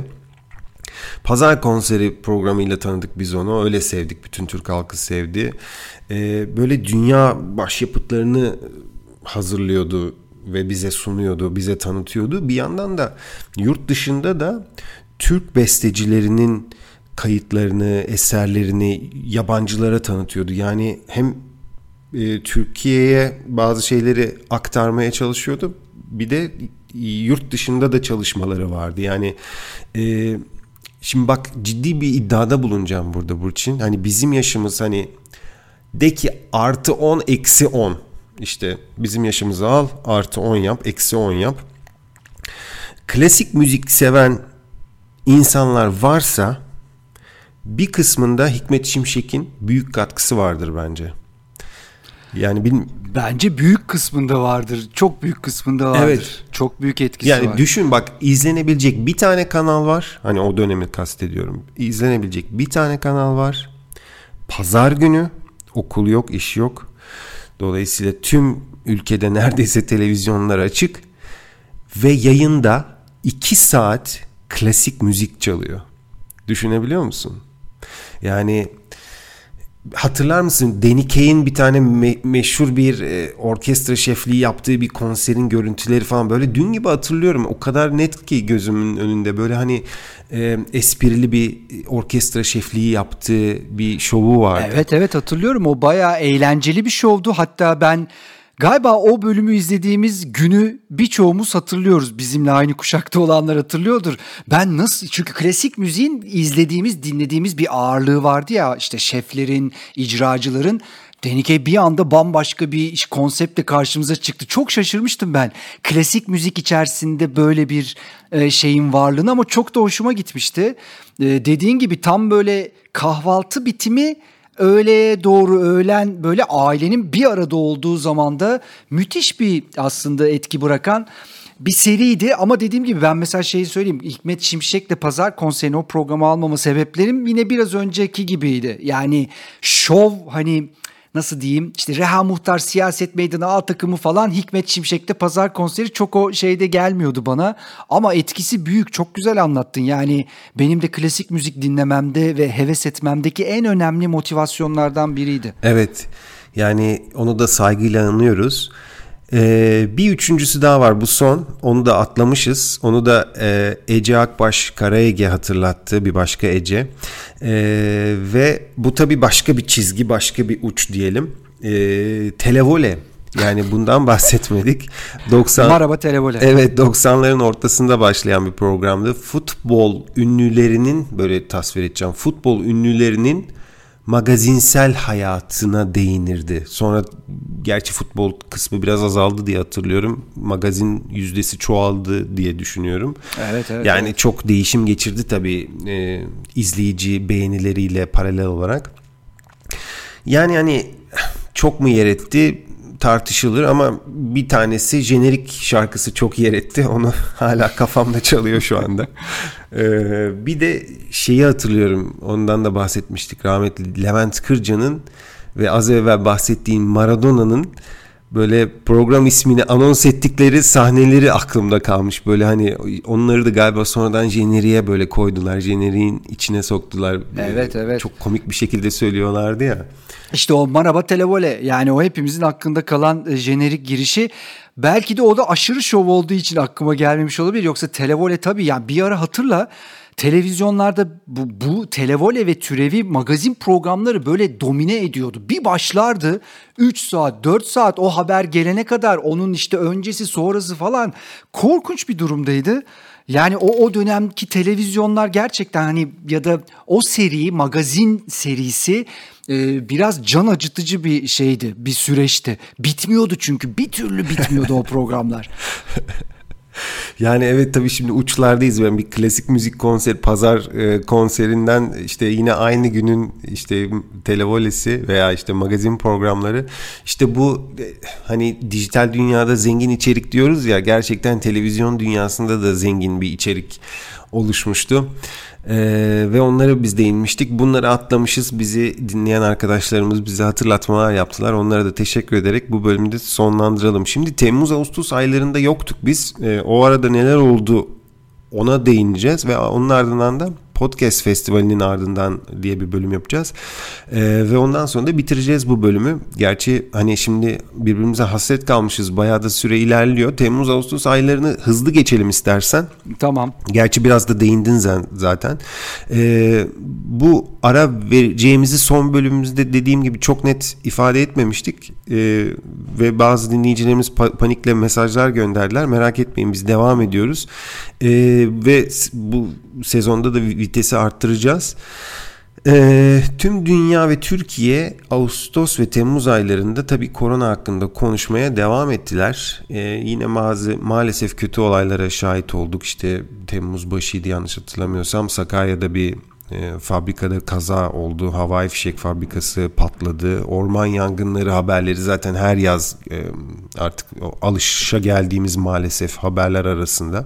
Pazar konseri programıyla tanıdık biz onu. Öyle sevdik. Bütün Türk halkı sevdi. Ee, böyle dünya başyapıtlarını hazırlıyordu ve bize sunuyordu, bize tanıtıyordu. Bir yandan da yurt dışında da Türk bestecilerinin kayıtlarını, eserlerini yabancılara tanıtıyordu. Yani hem e, Türkiye'ye bazı şeyleri aktarmaya çalışıyordu. Bir de yurt dışında da çalışmaları vardı. Yani e, şimdi bak, ciddi bir iddiada bulunacağım burada Burçin. Hani bizim yaşımız, hani de ki artı on eksi on. İşte bizim yaşımızı al, artı on yap, eksi on yap. Klasik müzik seven insanlar varsa bir kısmında Hikmet Şimşek'in büyük katkısı vardır bence. Yani bilmiyorum. Bence büyük kısmında vardır. Çok büyük kısmında vardır. Evet. Çok büyük etkisi yani var. Yani düşün bak, izlenebilecek bir tane kanal var. Hani o dönemi kastediyorum. İzlenebilecek bir tane kanal var. Pazar günü okul yok, iş yok. Dolayısıyla tüm ülkede neredeyse televizyonlar açık. Ve yayında iki saat klasik müzik çalıyor. Düşünebiliyor musun? Yani hatırlar mısın? Danny Kaye'in bir tane me- meşhur bir e, orkestra şefliği yaptığı bir konserin görüntüleri falan, böyle dün gibi hatırlıyorum. O kadar net ki gözümün önünde, böyle hani e, esprili bir orkestra şefliği yaptığı bir şovu vardı. Evet, evet, hatırlıyorum. O bayağı eğlenceli bir şovdu. Hatta ben galiba o bölümü izlediğimiz günü birçoğumuz hatırlıyoruz. Bizimle aynı kuşakta olanlar hatırlıyordur. Ben nasıl, çünkü klasik müziğin izlediğimiz, dinlediğimiz bir ağırlığı vardı ya, işte şeflerin, icracıların. Denike bir anda bambaşka bir konseptle karşımıza çıktı. Çok şaşırmıştım ben. Klasik müzik içerisinde böyle bir e, şeyin varlığını, ama çok da hoşuma gitmişti. E, dediğin gibi tam böyle kahvaltı bitimi, öğleye doğru, öğlen, böyle ailenin bir arada olduğu zamanda müthiş bir aslında etki bırakan bir seriydi. Ama dediğim gibi ben mesela şeyi söyleyeyim. Hikmet Şimşek'le Pazar konserini o programa almama sebeplerim yine biraz önceki gibiydi. Yani şov, hani nasıl diyeyim, işte Reha Muhtar, Siyaset Meydanı, A takımı falan, Hikmet Şimşek'te Pazar konseri çok o şeyde gelmiyordu bana. Ama etkisi büyük, çok güzel anlattın. Yani benim de klasik müzik dinlememde ve heves etmemdeki en önemli motivasyonlardan biriydi. Evet, yani onu da saygıyla anıyoruz. Ee, bir üçüncüsü daha var, bu son. Onu da atlamışız. Onu da e, Ece Akbaş Karaege hatırlattı, bir başka Ece. Ee, ve bu tabii başka bir çizgi, başka bir uç diyelim. Ee, Televole. Yani bundan bahsetmedik. doksan Merhaba Televole. Evet, doksanların ortasında başlayan bir programdı. Futbol ünlülerinin, böyle tasvir edeceğim, futbol ünlülerinin magazinsel hayatına değinirdi. Sonra gerçi futbol kısmı biraz azaldı diye hatırlıyorum. Magazin yüzdesi çoğaldı diye düşünüyorum. Evet, evet. Yani evet. çok değişim geçirdi tabii e, izleyici beğenileriyle paralel olarak. Yani hani çok mu yer etti? tartışılır ama bir tanesi jenerik şarkısı çok yer etti. Onu hala kafamda çalıyor şu anda. Ee, bir de şeyi hatırlıyorum. Ondan da bahsetmiştik. Rahmetli Levent Kırca'nın ve az evvel bahsettiğim Maradona'nın böyle program ismini anons ettikleri sahneleri aklımda kalmış. Böyle hani onları da galiba sonradan jeneriğe böyle koydular. Jeneriğin içine soktular. Evet, evet. Çok komik bir şekilde söylüyorlardı ya. İşte o Maraba Televole, yani o hepimizin aklında kalan e, jenerik girişi. Belki de o da aşırı şov olduğu için aklıma gelmemiş olabilir. Yoksa Televole tabii, yani bir ara hatırla, televizyonlarda bu, bu Televole ve türevi magazin programları böyle domine ediyordu. Bir başlardı üç saat dört saat, o haber gelene kadar onun işte öncesi sonrası falan, korkunç bir durumdaydı. Yani o o dönemki televizyonlar gerçekten hani, ya da o seri, magazin serisi e, biraz can acıtıcı bir şeydi, bir süreçti. Bitmiyordu çünkü, bir türlü bitmiyordu o programlar. Yani evet, tabii şimdi uçlardayız. Ben bir klasik müzik konser, pazar e, konserinden işte yine aynı günün işte televolesi veya işte magazin programları. İşte bu e, hani dijital dünyada zengin içerik diyoruz ya, gerçekten televizyon dünyasında da zengin bir içerik oluşmuştu. Ee, ve onlara biz değinmiştik. Bunları atlamışız. Bizi dinleyen arkadaşlarımız bize hatırlatmalar yaptılar. Onlara da teşekkür ederek bu bölümü de sonlandıralım. Şimdi Temmuz-Ağustos aylarında yoktuk biz. Ee, o arada neler oldu ona değineceğiz ve onun ardından da Podcast Festivali'nin ardından diye bir bölüm yapacağız. Ee, ve ondan sonra da bitireceğiz bu bölümü. Gerçi hani şimdi birbirimize hasret kalmışız. Bayağı da süre ilerliyor. Temmuz-Ağustos aylarını hızlı geçelim istersen. Tamam. Gerçi biraz da değindin zaten. Ee, bu ara vereceğimizi son bölümümüzde dediğim gibi çok net ifade etmemiştik. Ee, ve bazı dinleyicilerimiz pa- panikle mesajlar gönderdiler. Merak etmeyin, biz devam ediyoruz. Ee, ve bu sezonda da vitesi arttıracağız. Ee, tüm dünya ve Türkiye Ağustos ve Temmuz aylarında tabii korona hakkında konuşmaya devam ettiler. Ee, yine bazı maalesef kötü olaylara şahit olduk. İşte Temmuz başıydı yanlış hatırlamıyorsam, Sakarya'da bir e, fabrikada kaza oldu. Havai fişek fabrikası patladı. Orman yangınları haberleri zaten her yaz e, artık alışa geldiğimiz maalesef haberler arasında.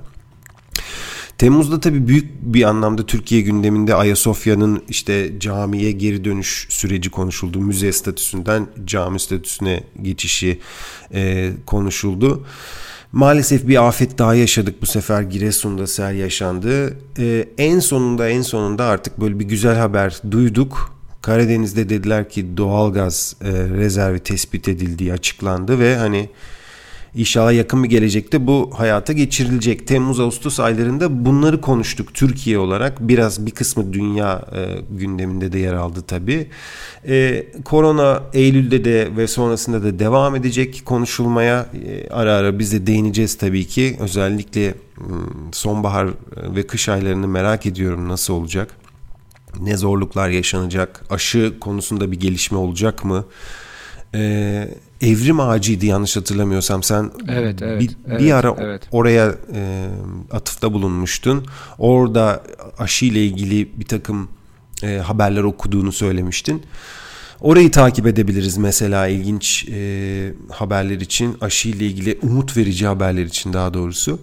Temmuz'da tabii büyük bir anlamda Türkiye gündeminde Ayasofya'nın işte camiye geri dönüş süreci konuşuldu. Müze statüsünden cami statüsüne geçişi e, konuşuldu. Maalesef bir afet daha yaşadık bu sefer. Giresun'da sel yaşandı. E, en sonunda en sonunda artık böyle bir güzel haber duyduk. Karadeniz'de dediler ki doğalgaz e, rezervi tespit edildiği açıklandı ve hani İnşallah yakın bir gelecekte bu hayata geçirilecek. Temmuz-Ağustos aylarında bunları konuştuk Türkiye olarak. Biraz bir kısmı dünya e, gündeminde de yer aldı tabii. E, korona Eylül'de de ve sonrasında da devam edecek konuşulmaya. E, ara ara biz de değineceğiz tabii ki. Özellikle sonbahar ve kış aylarını merak ediyorum, nasıl olacak? Ne zorluklar yaşanacak? Aşı konusunda bir gelişme olacak mı? Ee, evrim ağacıydı yanlış hatırlamıyorsam, sen evet, evet, bir, evet, bir ara evet. oraya e, atıfta bulunmuştun. Orada aşı ile ilgili bir takım e, haberler okuduğunu söylemiştin. Orayı takip edebiliriz mesela, ilginç e, haberler için, aşı ile ilgili umut verici haberler için daha doğrusu.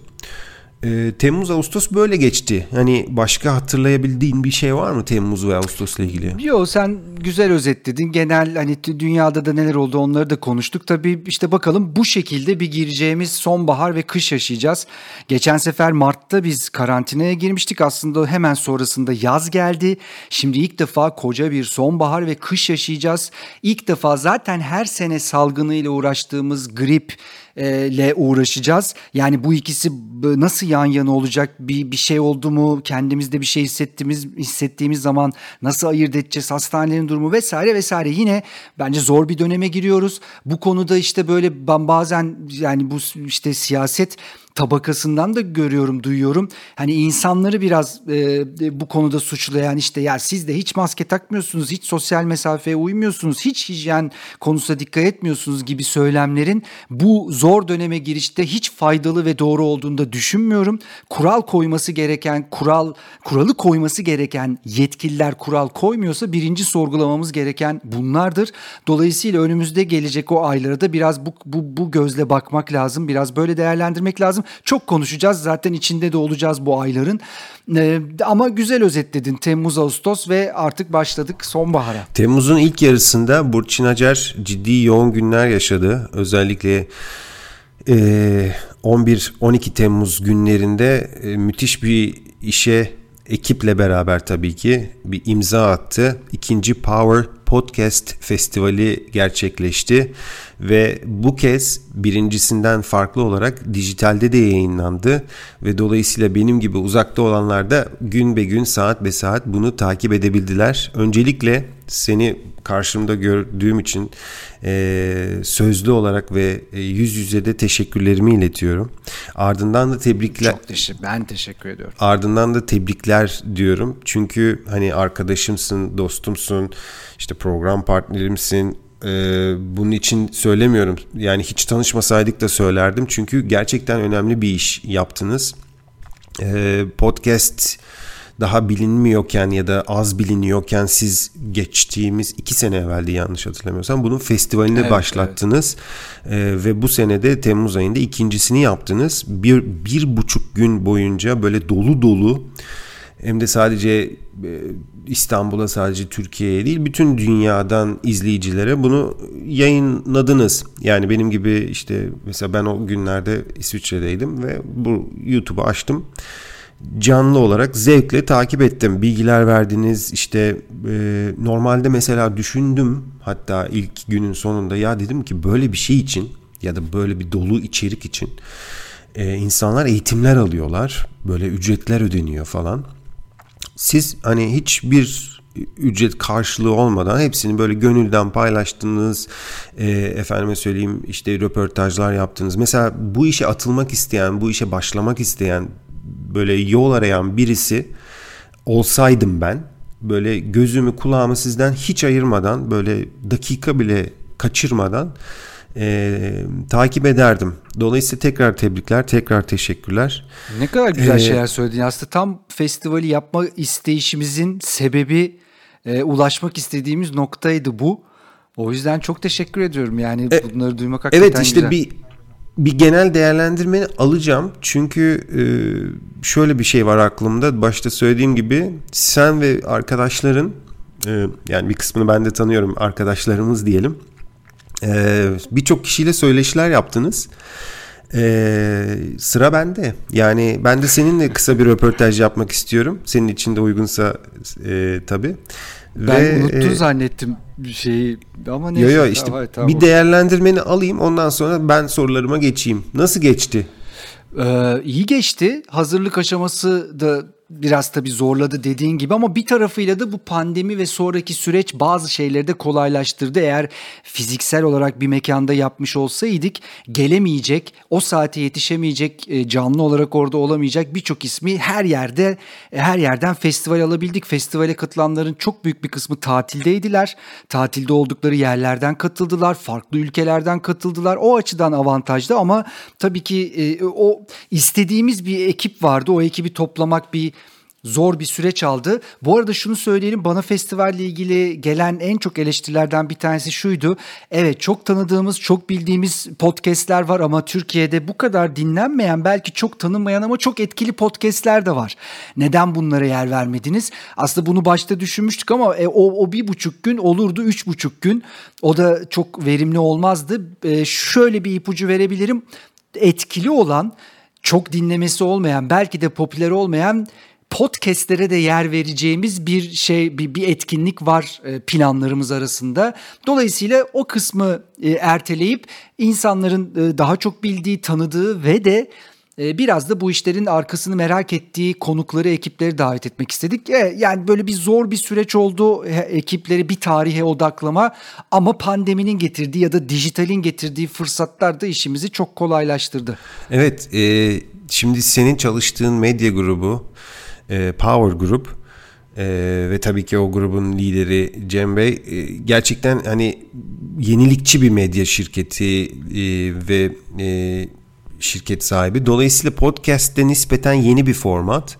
E, Temmuz Ağustos böyle geçti. Hani başka hatırlayabildiğin bir şey var mı Temmuz ve Ağustos'la ilgili? Yok, sen güzel özetledin. Genel hani dünyada da neler oldu onları da konuştuk. Tabii işte bakalım, bu şekilde bir gireceğimiz sonbahar ve kış yaşayacağız. Geçen sefer Mart'ta biz karantinaya girmiştik. Aslında hemen sonrasında yaz geldi. Şimdi ilk defa koca bir sonbahar ve kış yaşayacağız. İlk defa zaten her sene salgınıyla uğraştığımız grip ile uğraşacağız. Yani bu ikisi nasıl yan yana olacak? Bir bir şey oldu mu? Kendimizde bir şey hissettiğimiz hissettiğimiz zaman nasıl ayırt edeceğiz? Hastanelerin durumu vesaire vesaire. Yine bence zor bir döneme giriyoruz. Bu konuda işte böyle ben bazen, yani bu işte siyaset tabakasından da görüyorum, duyuyorum. Hani insanları biraz e, bu konuda suçlayan, işte ya siz de hiç maske takmıyorsunuz, hiç sosyal mesafeye uymuyorsunuz, hiç hijyen konusuna dikkat etmiyorsunuz gibi söylemlerin bu zor döneme girişte hiç faydalı ve doğru olduğunu da düşünmüyorum. Kural koyması gereken, kural kuralı koyması gereken yetkililer kural koymuyorsa birinci sorgulamamız gereken bunlardır. Dolayısıyla önümüzde gelecek o aylara da biraz bu, bu, bu gözle bakmak lazım. Biraz böyle değerlendirmek lazım. Çok konuşacağız. Zaten içinde de olacağız bu ayların. Ee, ama güzel özetledin. Temmuz, Ağustos ve artık başladık sonbahara. Temmuz'un ilk yarısında Burçin Acar ciddi yoğun günler yaşadı. Özellikle e, on bir on iki Temmuz günlerinde e, müthiş bir işe ekiple beraber tabii ki bir imza attı. İkinci Power Podcast Festivali gerçekleşti ve bu kez birincisinden farklı olarak dijitalde de yayınlandı ve dolayısıyla benim gibi uzakta olanlar da gün be gün, saat be saat bunu takip edebildiler. Öncelikle seni karşımda gördüğüm için e, sözlü olarak ve e, yüz yüze de teşekkürlerimi iletiyorum. Ardından da tebrikler. Çok teşekkür, ben teşekkür ediyorum. Ardından da tebrikler diyorum. Çünkü hani arkadaşımsın, dostumsun, işte program partnerimsin. Ee, bunun için söylemiyorum. Yani hiç tanışmasaydık da söylerdim. Çünkü gerçekten önemli bir iş yaptınız. Ee, podcast daha bilinmiyorken ya da az biliniyorken siz geçtiğimiz iki sene evveldi yanlış hatırlamıyorsam bunun festivalini evet, başlattınız. Evet. Ee, ve bu senede Temmuz ayında ikincisini yaptınız. Bir, bir buçuk gün boyunca böyle dolu dolu, hem de sadece e, İstanbul'a, sadece Türkiye'ye değil bütün dünyadan izleyicilere bunu yayınladınız. Yani benim gibi işte mesela ben o günlerde İsviçre'deydim ve bu YouTube'u açtım. Canlı olarak zevkle takip ettim. Bilgiler verdiniz. İşte e, normalde mesela düşündüm, hatta ilk günün sonunda ya dedim ki böyle bir şey için ya da böyle bir dolu içerik için e, insanlar eğitimler alıyorlar. Böyle ücretler ödeniyor falan. Siz hani hiçbir ücret karşılığı olmadan hepsini böyle gönülden paylaştınız. E, efendime söyleyeyim işte röportajlar yaptınız. Mesela bu işe atılmak isteyen, bu işe başlamak isteyen, böyle yol arayan birisi olsaydım ben, böyle gözümü kulağımı sizden hiç ayırmadan, böyle dakika bile kaçırmadan e, takip ederdim. Dolayısıyla tekrar tebrikler, tekrar teşekkürler. Ne kadar güzel ee, şeyler söyledin. Aslında tam festivali yapma isteyişimizin sebebi e, ulaşmak istediğimiz noktaydı bu. O yüzden çok teşekkür ediyorum. Yani e, bunları duymak hakikaten evet, işte güzel. bir bir genel değerlendirmeni alacağım. Çünkü e, şöyle bir şey var aklımda. Başta söylediğim gibi sen ve arkadaşların, e, yani bir kısmını ben de tanıyorum, arkadaşlarımız diyelim. E, birçok kişiyle söyleşiler yaptınız. E, sıra bende. Yani ben de seninle kısa bir röportaj yapmak istiyorum. Senin için de uygunsa e, tabii. Ben ve, unuttun e, zannettim bir şeyi ama neyse. Yo yo işte tamam, tamam. Bir değerlendirmeni alayım, ondan sonra ben sorularıma geçeyim. Nasıl geçti? Ee, iyi geçti. Hazırlık aşaması da biraz tabii zorladı dediğin gibi ama bir tarafıyla da bu pandemi ve sonraki süreç bazı şeyleri de kolaylaştırdı. Eğer fiziksel olarak bir mekanda yapmış olsaydık gelemeyecek, o saate yetişemeyecek, canlı olarak orada olamayacak birçok ismi her yerde her yerden festival alabildik. Festivale katılanların çok büyük bir kısmı tatildeydiler. Tatilde oldukları yerlerden katıldılar, farklı ülkelerden katıldılar. O açıdan avantajlı ama tabii ki o istediğimiz bir ekip vardı. O ekibi toplamak bir zor bir süreç aldı. Bu arada şunu söyleyelim, bana festivalle ilgili gelen en çok eleştirilerden bir tanesi şuydu. Evet, çok tanıdığımız, çok bildiğimiz podcastler var ama Türkiye'de bu kadar dinlenmeyen, belki çok tanınmayan ama çok etkili podcastler de var. Neden bunlara yer vermediniz? Aslında bunu başta düşünmüştük ama e, o, o bir buçuk gün olurdu, üç buçuk gün. O da çok verimli olmazdı. E, şöyle bir ipucu verebilirim. Etkili olan, çok dinlemesi olmayan, belki de popüler olmayan podcastlere de yer vereceğimiz bir şey, bir, bir etkinlik var planlarımız arasında. Dolayısıyla o kısmı erteleyip insanların daha çok bildiği, tanıdığı ve de e, biraz da bu işlerin arkasını merak ettiği konukları, ekipleri davet etmek istedik. E, yani böyle bir zor bir süreç oldu, e, ekipleri bir tarihe odaklama, ama pandeminin getirdiği ya da dijitalin getirdiği fırsatlar da işimizi çok kolaylaştırdı. Evet, e, şimdi senin çalıştığın medya grubu e, Power Group e, ve tabii ki o grubun lideri Cem Bey e, gerçekten hani yenilikçi bir medya şirketi e, ve e, şirket sahibi. Dolayısıyla podcast'te nispeten yeni bir format.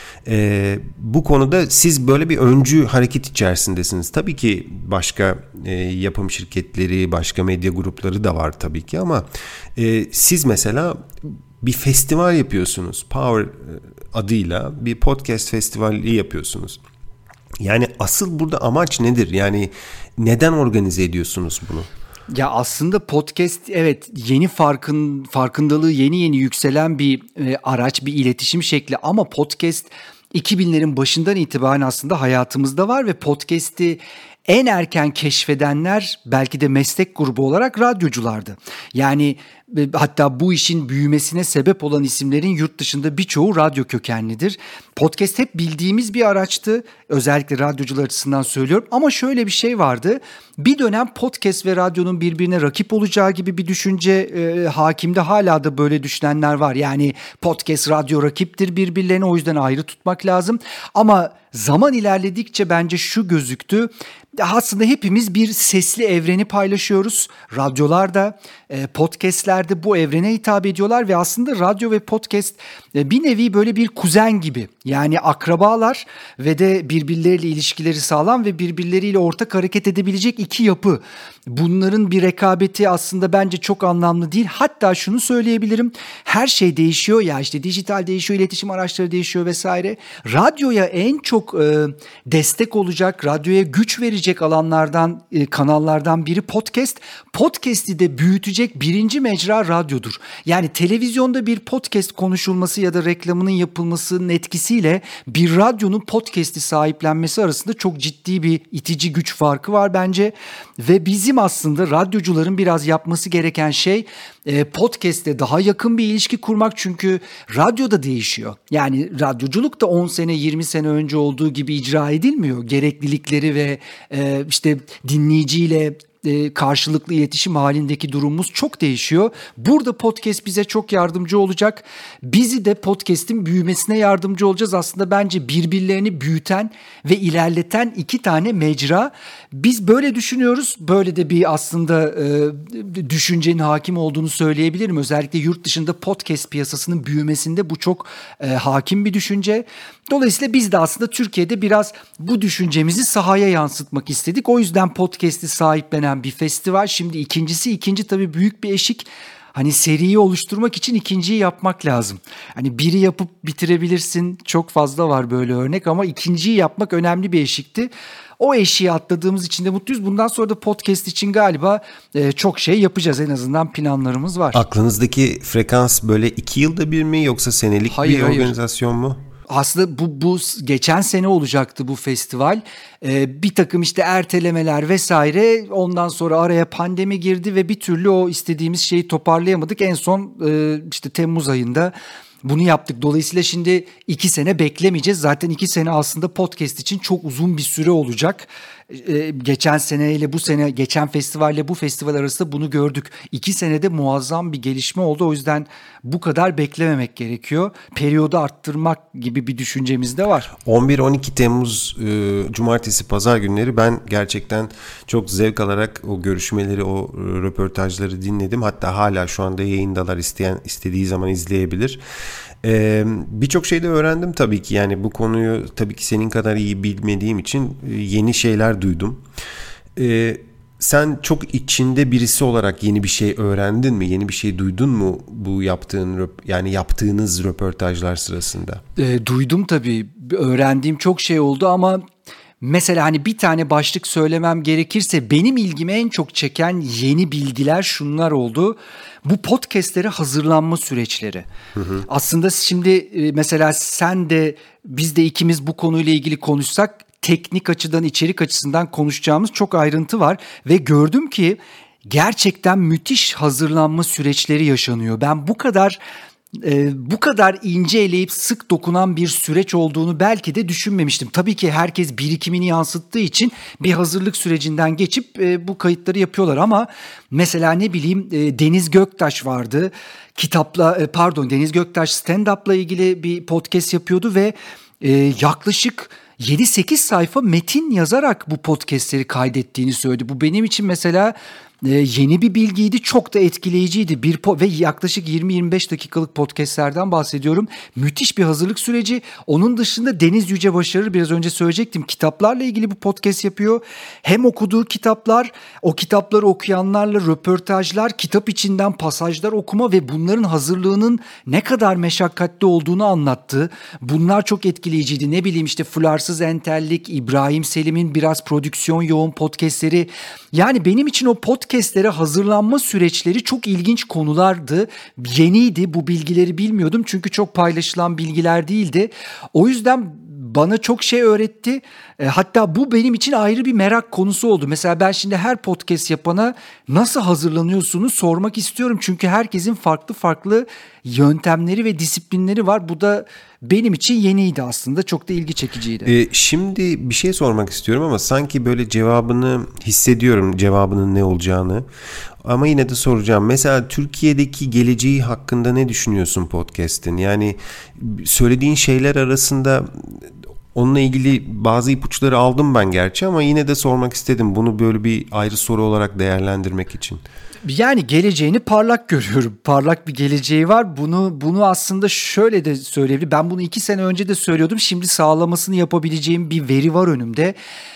Ee, bu konuda siz böyle bir öncü hareket içerisindesiniz. Tabii ki başka e, yapım şirketleri, başka medya grupları da var tabii ki, ama e, siz mesela bir festival yapıyorsunuz. Power adıyla bir podcast festivali yapıyorsunuz. Yani asıl burada amaç nedir? Yani neden organize ediyorsunuz bunu? Ya aslında podcast, evet, yeni farkın farkındalığı yeni yeni yükselen bir e, araç, bir iletişim şekli, ama podcast iki binlerin başından itibaren aslında hayatımızda var ve podcast'i en erken keşfedenler belki de meslek grubu olarak radyoculardı. Yani e, hatta bu işin büyümesine sebep olan isimlerin yurt dışında birçoğu radyo kökenlidir. Podcast hep bildiğimiz bir araçtı. Özellikle radyocular açısından söylüyorum. Ama şöyle bir şey vardı. Bir dönem podcast ve radyonun birbirine rakip olacağı gibi bir düşünce e, hakimde. Hala da böyle düşünenler var. Yani podcast, radyo rakiptir birbirlerine, o yüzden ayrı tutmak lazım. Ama zaman ilerledikçe bence şu gözüktü. Aslında hepimiz bir sesli evreni paylaşıyoruz. Radyolar da, e, podcastler de bu evrene hitap ediyorlar ve aslında radyo ve podcast e, bir nevi böyle bir kuzen gibi. Yani akrabalar ve de birbirleriyle ilişkileri sağlam ve birbirleriyle ortak hareket edebilecek iki yapı. Bunların bir rekabeti aslında bence çok anlamlı değil. Hatta şunu söyleyebilirim. Her şey değişiyor ya, işte dijital değişiyor, iletişim araçları değişiyor vesaire. Radyoya en çok e, destek olacak, radyoya güç verecek alanlardan, e, kanallardan biri podcast. Podcast'i de büyütecek birinci mecra radyodur. Yani televizyonda bir podcast konuşulması ya da reklamının yapılmasının etkisiyle bir radyonun podcast'i sahiplenmesi arasında çok ciddi bir itici güç farkı var bence. Ve bizim aslında radyocuların biraz yapması gereken şey e, podcast'te daha yakın bir ilişki kurmak, çünkü radyo da değişiyor. Yani radyoculuk da on sene yirmi sene önce olduğu gibi icra edilmiyor. Gereklilikleri ve e, işte dinleyiciyle e, karşılıklı iletişim halindeki durumumuz çok değişiyor. Burada podcast bize çok yardımcı olacak. Bizi de podcast'in büyümesine yardımcı olacağız. Aslında bence birbirlerini büyüten ve ilerleten iki tane mecra. Biz böyle düşünüyoruz. Böyle de bir aslında e, düşüncenin hakim olduğunu söyleyebilirim. Özellikle yurt dışında podcast piyasasının büyümesinde bu çok e, hakim bir düşünce. Dolayısıyla biz de aslında Türkiye'de biraz bu düşüncemizi sahaya yansıtmak istedik. O yüzden podcast'i sahiplenen bir festival. Şimdi ikincisi, ikinci tabii büyük bir eşik. Hani seriyi oluşturmak için ikinciyi yapmak lazım. Hani biri yapıp bitirebilirsin. Çok fazla var böyle örnek, ama ikinciyi yapmak önemli bir eşikti. O eşiği atladığımız için de mutluyuz. Bundan sonra da podcast için galiba e, çok şey yapacağız, en azından planlarımız var. Aklınızdaki frekans böyle iki yılda bir mi, yoksa senelik hayır, bir hayır. organizasyon mu? Aslında bu, bu geçen sene olacaktı bu festival. Ee, bir takım işte ertelemeler vesaire, ondan sonra araya pandemi girdi ve bir türlü o istediğimiz şeyi toparlayamadık. En son e, işte Temmuz ayında bunu yaptık. Dolayısıyla şimdi iki sene beklemeyeceğiz. Zaten iki sene aslında podcast için çok uzun bir süre olacak. Ee, geçen seneyle bu sene, geçen festivalle bu festival arasında bunu gördük. İki senede muazzam bir gelişme oldu. O yüzden bu kadar beklememek gerekiyor. Periyodu arttırmak gibi bir düşüncemiz de var. on bir on iki Temmuz e, Cumartesi Pazar günleri ben gerçekten çok zevk alarak o görüşmeleri, o röportajları dinledim. Hatta hala şu anda yayındalar, isteyen istediği zaman izleyebilir. Ee, birçok şey de öğrendim tabii ki. Yani bu konuyu tabii ki senin kadar iyi bilmediğim için yeni şeyler duydum. Ee, sen çok içinde birisi olarak yeni bir şey öğrendin mi? Yeni bir şey duydun mu bu yaptığın, yani yaptığınız röportajlar sırasında? E, duydum tabii. Öğrendiğim çok şey oldu, ama mesela hani bir tane başlık söylemem gerekirse benim ilgimi en çok çeken yeni bilgiler şunlar oldu. Bu podcastlere hazırlanma süreçleri. Hı hı. Aslında şimdi mesela sen de biz de ikimiz bu konuyla ilgili konuşsak, teknik açıdan, içerik açısından konuşacağımız çok ayrıntı var. Ve gördüm ki gerçekten müthiş hazırlanma süreçleri yaşanıyor. Ben bu kadar e, bu kadar ince eleyip sık dokunan bir süreç olduğunu belki de düşünmemiştim. Tabii ki herkes birikimini yansıttığı için bir hazırlık sürecinden geçip e, bu kayıtları yapıyorlar ama mesela ne bileyim e, Deniz Göktaş vardı. Kitapla e, pardon Deniz Göktaş stand-up'la ilgili bir podcast yapıyordu ve e, yaklaşık yedi sekiz sayfa metin yazarak bu podcastleri kaydettiğini söyledi. Bu benim için mesela e, yeni bir bilgiydi, çok da etkileyiciydi. Bir po- ve yaklaşık yirmi yirmi beş dakikalık podcastlerden bahsediyorum. Müthiş bir hazırlık süreci. Onun dışında Deniz Yücebaşarır, biraz önce söyleyecektim, kitaplarla ilgili bu podcast yapıyor. Hem okuduğu kitaplar, o kitapları okuyanlarla röportajlar, kitap içinden pasajlar okuma ve bunların hazırlığının ne kadar meşakkatli olduğunu anlattı. Bunlar çok etkileyiciydi. Ne bileyim işte Fularsız Entellik, İbrahim Selim'in biraz prodüksiyon yoğun podcastleri. Yani benim için o podcastlere hazırlanma süreçleri çok ilginç konulardı. Yeniydi, bu bilgileri bilmiyordum çünkü çok paylaşılan bilgiler değildi. O yüzden bana çok şey öğretti. E, hatta bu benim için ayrı bir merak konusu oldu. Mesela ben şimdi her podcast yapana nasıl hazırlanıyorsunuz sormak istiyorum. Çünkü herkesin farklı farklı yöntemleri ve disiplinleri var. Bu da benim için yeniydi aslında. Çok da ilgi çekiciydi. Ee, şimdi bir şey sormak istiyorum ama sanki böyle cevabını hissediyorum, cevabının ne olacağını. Ama yine de soracağım. Mesela Türkiye'deki geleceği hakkında ne düşünüyorsun podcast'in? Yani söylediğin şeyler arasında onunla ilgili bazı ipuçları aldım ben gerçi ama yine de sormak istedim. Bunu böyle bir ayrı soru olarak değerlendirmek için. Yani geleceğini parlak görüyorum. Parlak bir geleceği var. Bunu bunu aslında şöyle de söyleyebilirim. Ben bunu iki sene önce de söylüyordum. Şimdi sağlamasını yapabileceğim bir veri var önümde.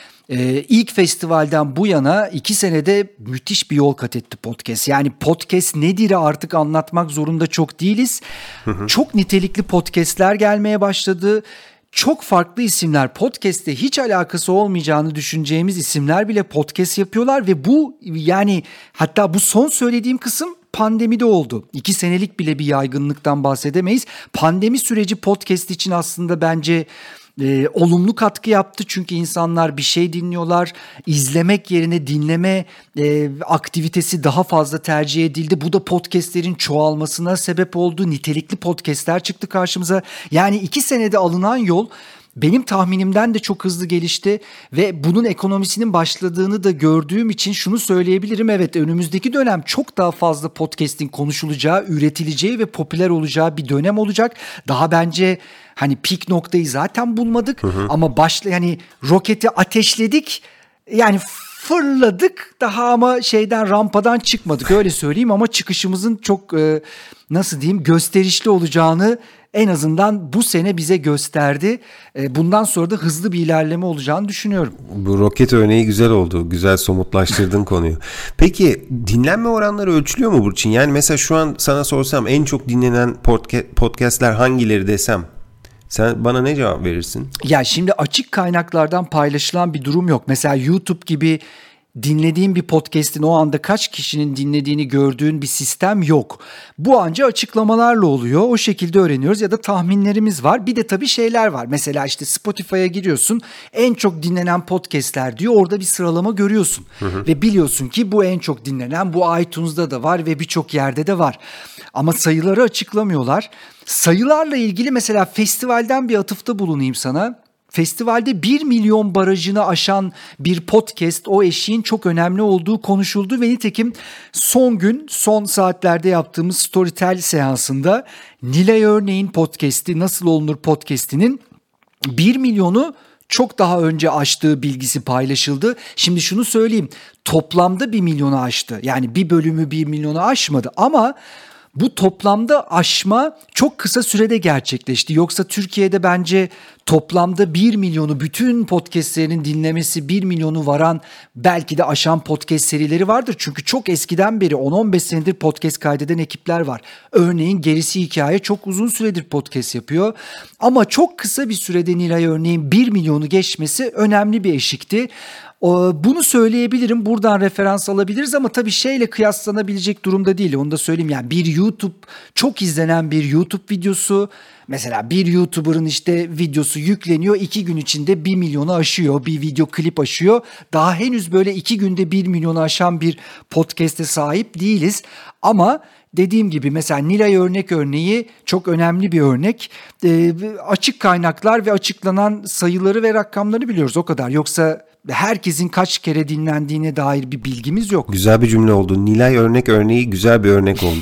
Ee, ilk festivalden bu yana iki senede müthiş bir yol kat etti podcast. Yani podcast nedir artık anlatmak zorunda çok değiliz. Hı hı. Çok nitelikli podcastler gelmeye başladı. Çok farklı isimler, podcast'te hiç alakası olmayacağını düşüneceğimiz isimler bile podcast yapıyorlar ve bu, yani hatta bu son söylediğim kısım pandemide oldu. İki senelik bile bir yaygınlıktan bahsedemeyiz. Pandemi süreci podcast için aslında bence e, olumlu katkı yaptı. Çünkü insanlar bir şey dinliyorlar. İzlemek yerine dinleme e, aktivitesi daha fazla tercih edildi. Bu da podcastlerin çoğalmasına sebep oldu. Nitelikli podcastler çıktı karşımıza. Yani iki senede alınan yol benim tahminimden de çok hızlı gelişti ve bunun ekonomisinin başladığını da gördüğüm için şunu söyleyebilirim. Evet, önümüzdeki dönem çok daha fazla podcast'in konuşulacağı, üretileceği ve popüler olacağı bir dönem olacak. Daha bence hani peak noktayı zaten bulmadık, hı hı. ama başla yani roketi ateşledik. Yani fırladık daha ama şeyden, rampadan çıkmadık, öyle söyleyeyim, ama çıkışımızın çok e, nasıl diyeyim gösterişli olacağını en azından bu sene bize gösterdi. E, bundan sonra da hızlı bir ilerleme olacağını düşünüyorum. Bu roket örneği güzel oldu. Güzel somutlaştırdın konuyu. Peki dinlenme oranları ölçülüyor mu Burçin? Yani mesela şu an sana sorsam en çok dinlenen podcastler hangileri desem, sen bana ne cevap verirsin? Ya şimdi açık kaynaklardan paylaşılan bir durum yok. Mesela YouTube gibi dinlediğin bir podcast'in o anda kaç kişinin dinlediğini gördüğün bir sistem yok. Bu anca açıklamalarla oluyor. O şekilde öğreniyoruz ya da tahminlerimiz var. Bir de tabii şeyler var. Mesela işte Spotify'a giriyorsun. En çok dinlenen podcast'ler diyor. Orada bir sıralama görüyorsun. Hı hı. Ve biliyorsun ki bu en çok dinlenen, bu iTunes'da da var ve birçok yerde de var. Ama sayıları açıklamıyorlar. Sayılarla ilgili mesela festivalden bir atıfta bulunayım sana. Festivalde bir milyon barajını aşan bir podcast, o eşiğin çok önemli olduğu konuşuldu ve nitekim son gün, son saatlerde yaptığımız Storytel seansında Nilay Örneğin podcast'i, Nasıl Olunur podcast'inin bir milyonu çok daha önce aştığı bilgisi paylaşıldı. Şimdi şunu söyleyeyim, toplamda bir milyonu aştı. Yani bir bölümü bir milyonu aşmadı ama bu toplamda aşma çok kısa sürede gerçekleşti. Yoksa Türkiye'de bence toplamda bir milyonu, bütün podcastlerinin dinlemesi bir milyonu varan, belki de aşan podcast serileri vardır. Çünkü çok eskiden beri on on beş senedir podcast kaydeden ekipler var. Örneğin Gerisi Hikaye çok uzun süredir podcast yapıyor. Ama çok kısa bir sürede Nilay Örneğin bir milyonu geçmesi önemli bir eşikti. Bunu söyleyebilirim, buradan referans alabiliriz ama tabii şeyle kıyaslanabilecek durumda değil, onu da söyleyeyim. Yani bir YouTube, çok izlenen bir YouTube videosu, mesela bir YouTuber'ın işte videosu yükleniyor, iki gün içinde bir milyonu aşıyor, bir video klip aşıyor. Daha henüz böyle iki günde bir milyonu aşan bir podcast'e sahip değiliz ama dediğim gibi mesela Nilay örnek örneği çok önemli bir örnek. E, açık kaynaklar ve açıklanan sayıları ve rakamları biliyoruz, o kadar. Yoksa herkesin kaç kere dinlendiğine dair bir bilgimiz yok. Güzel bir cümle oldu. Nilay örnek örneği güzel bir örnek oldu.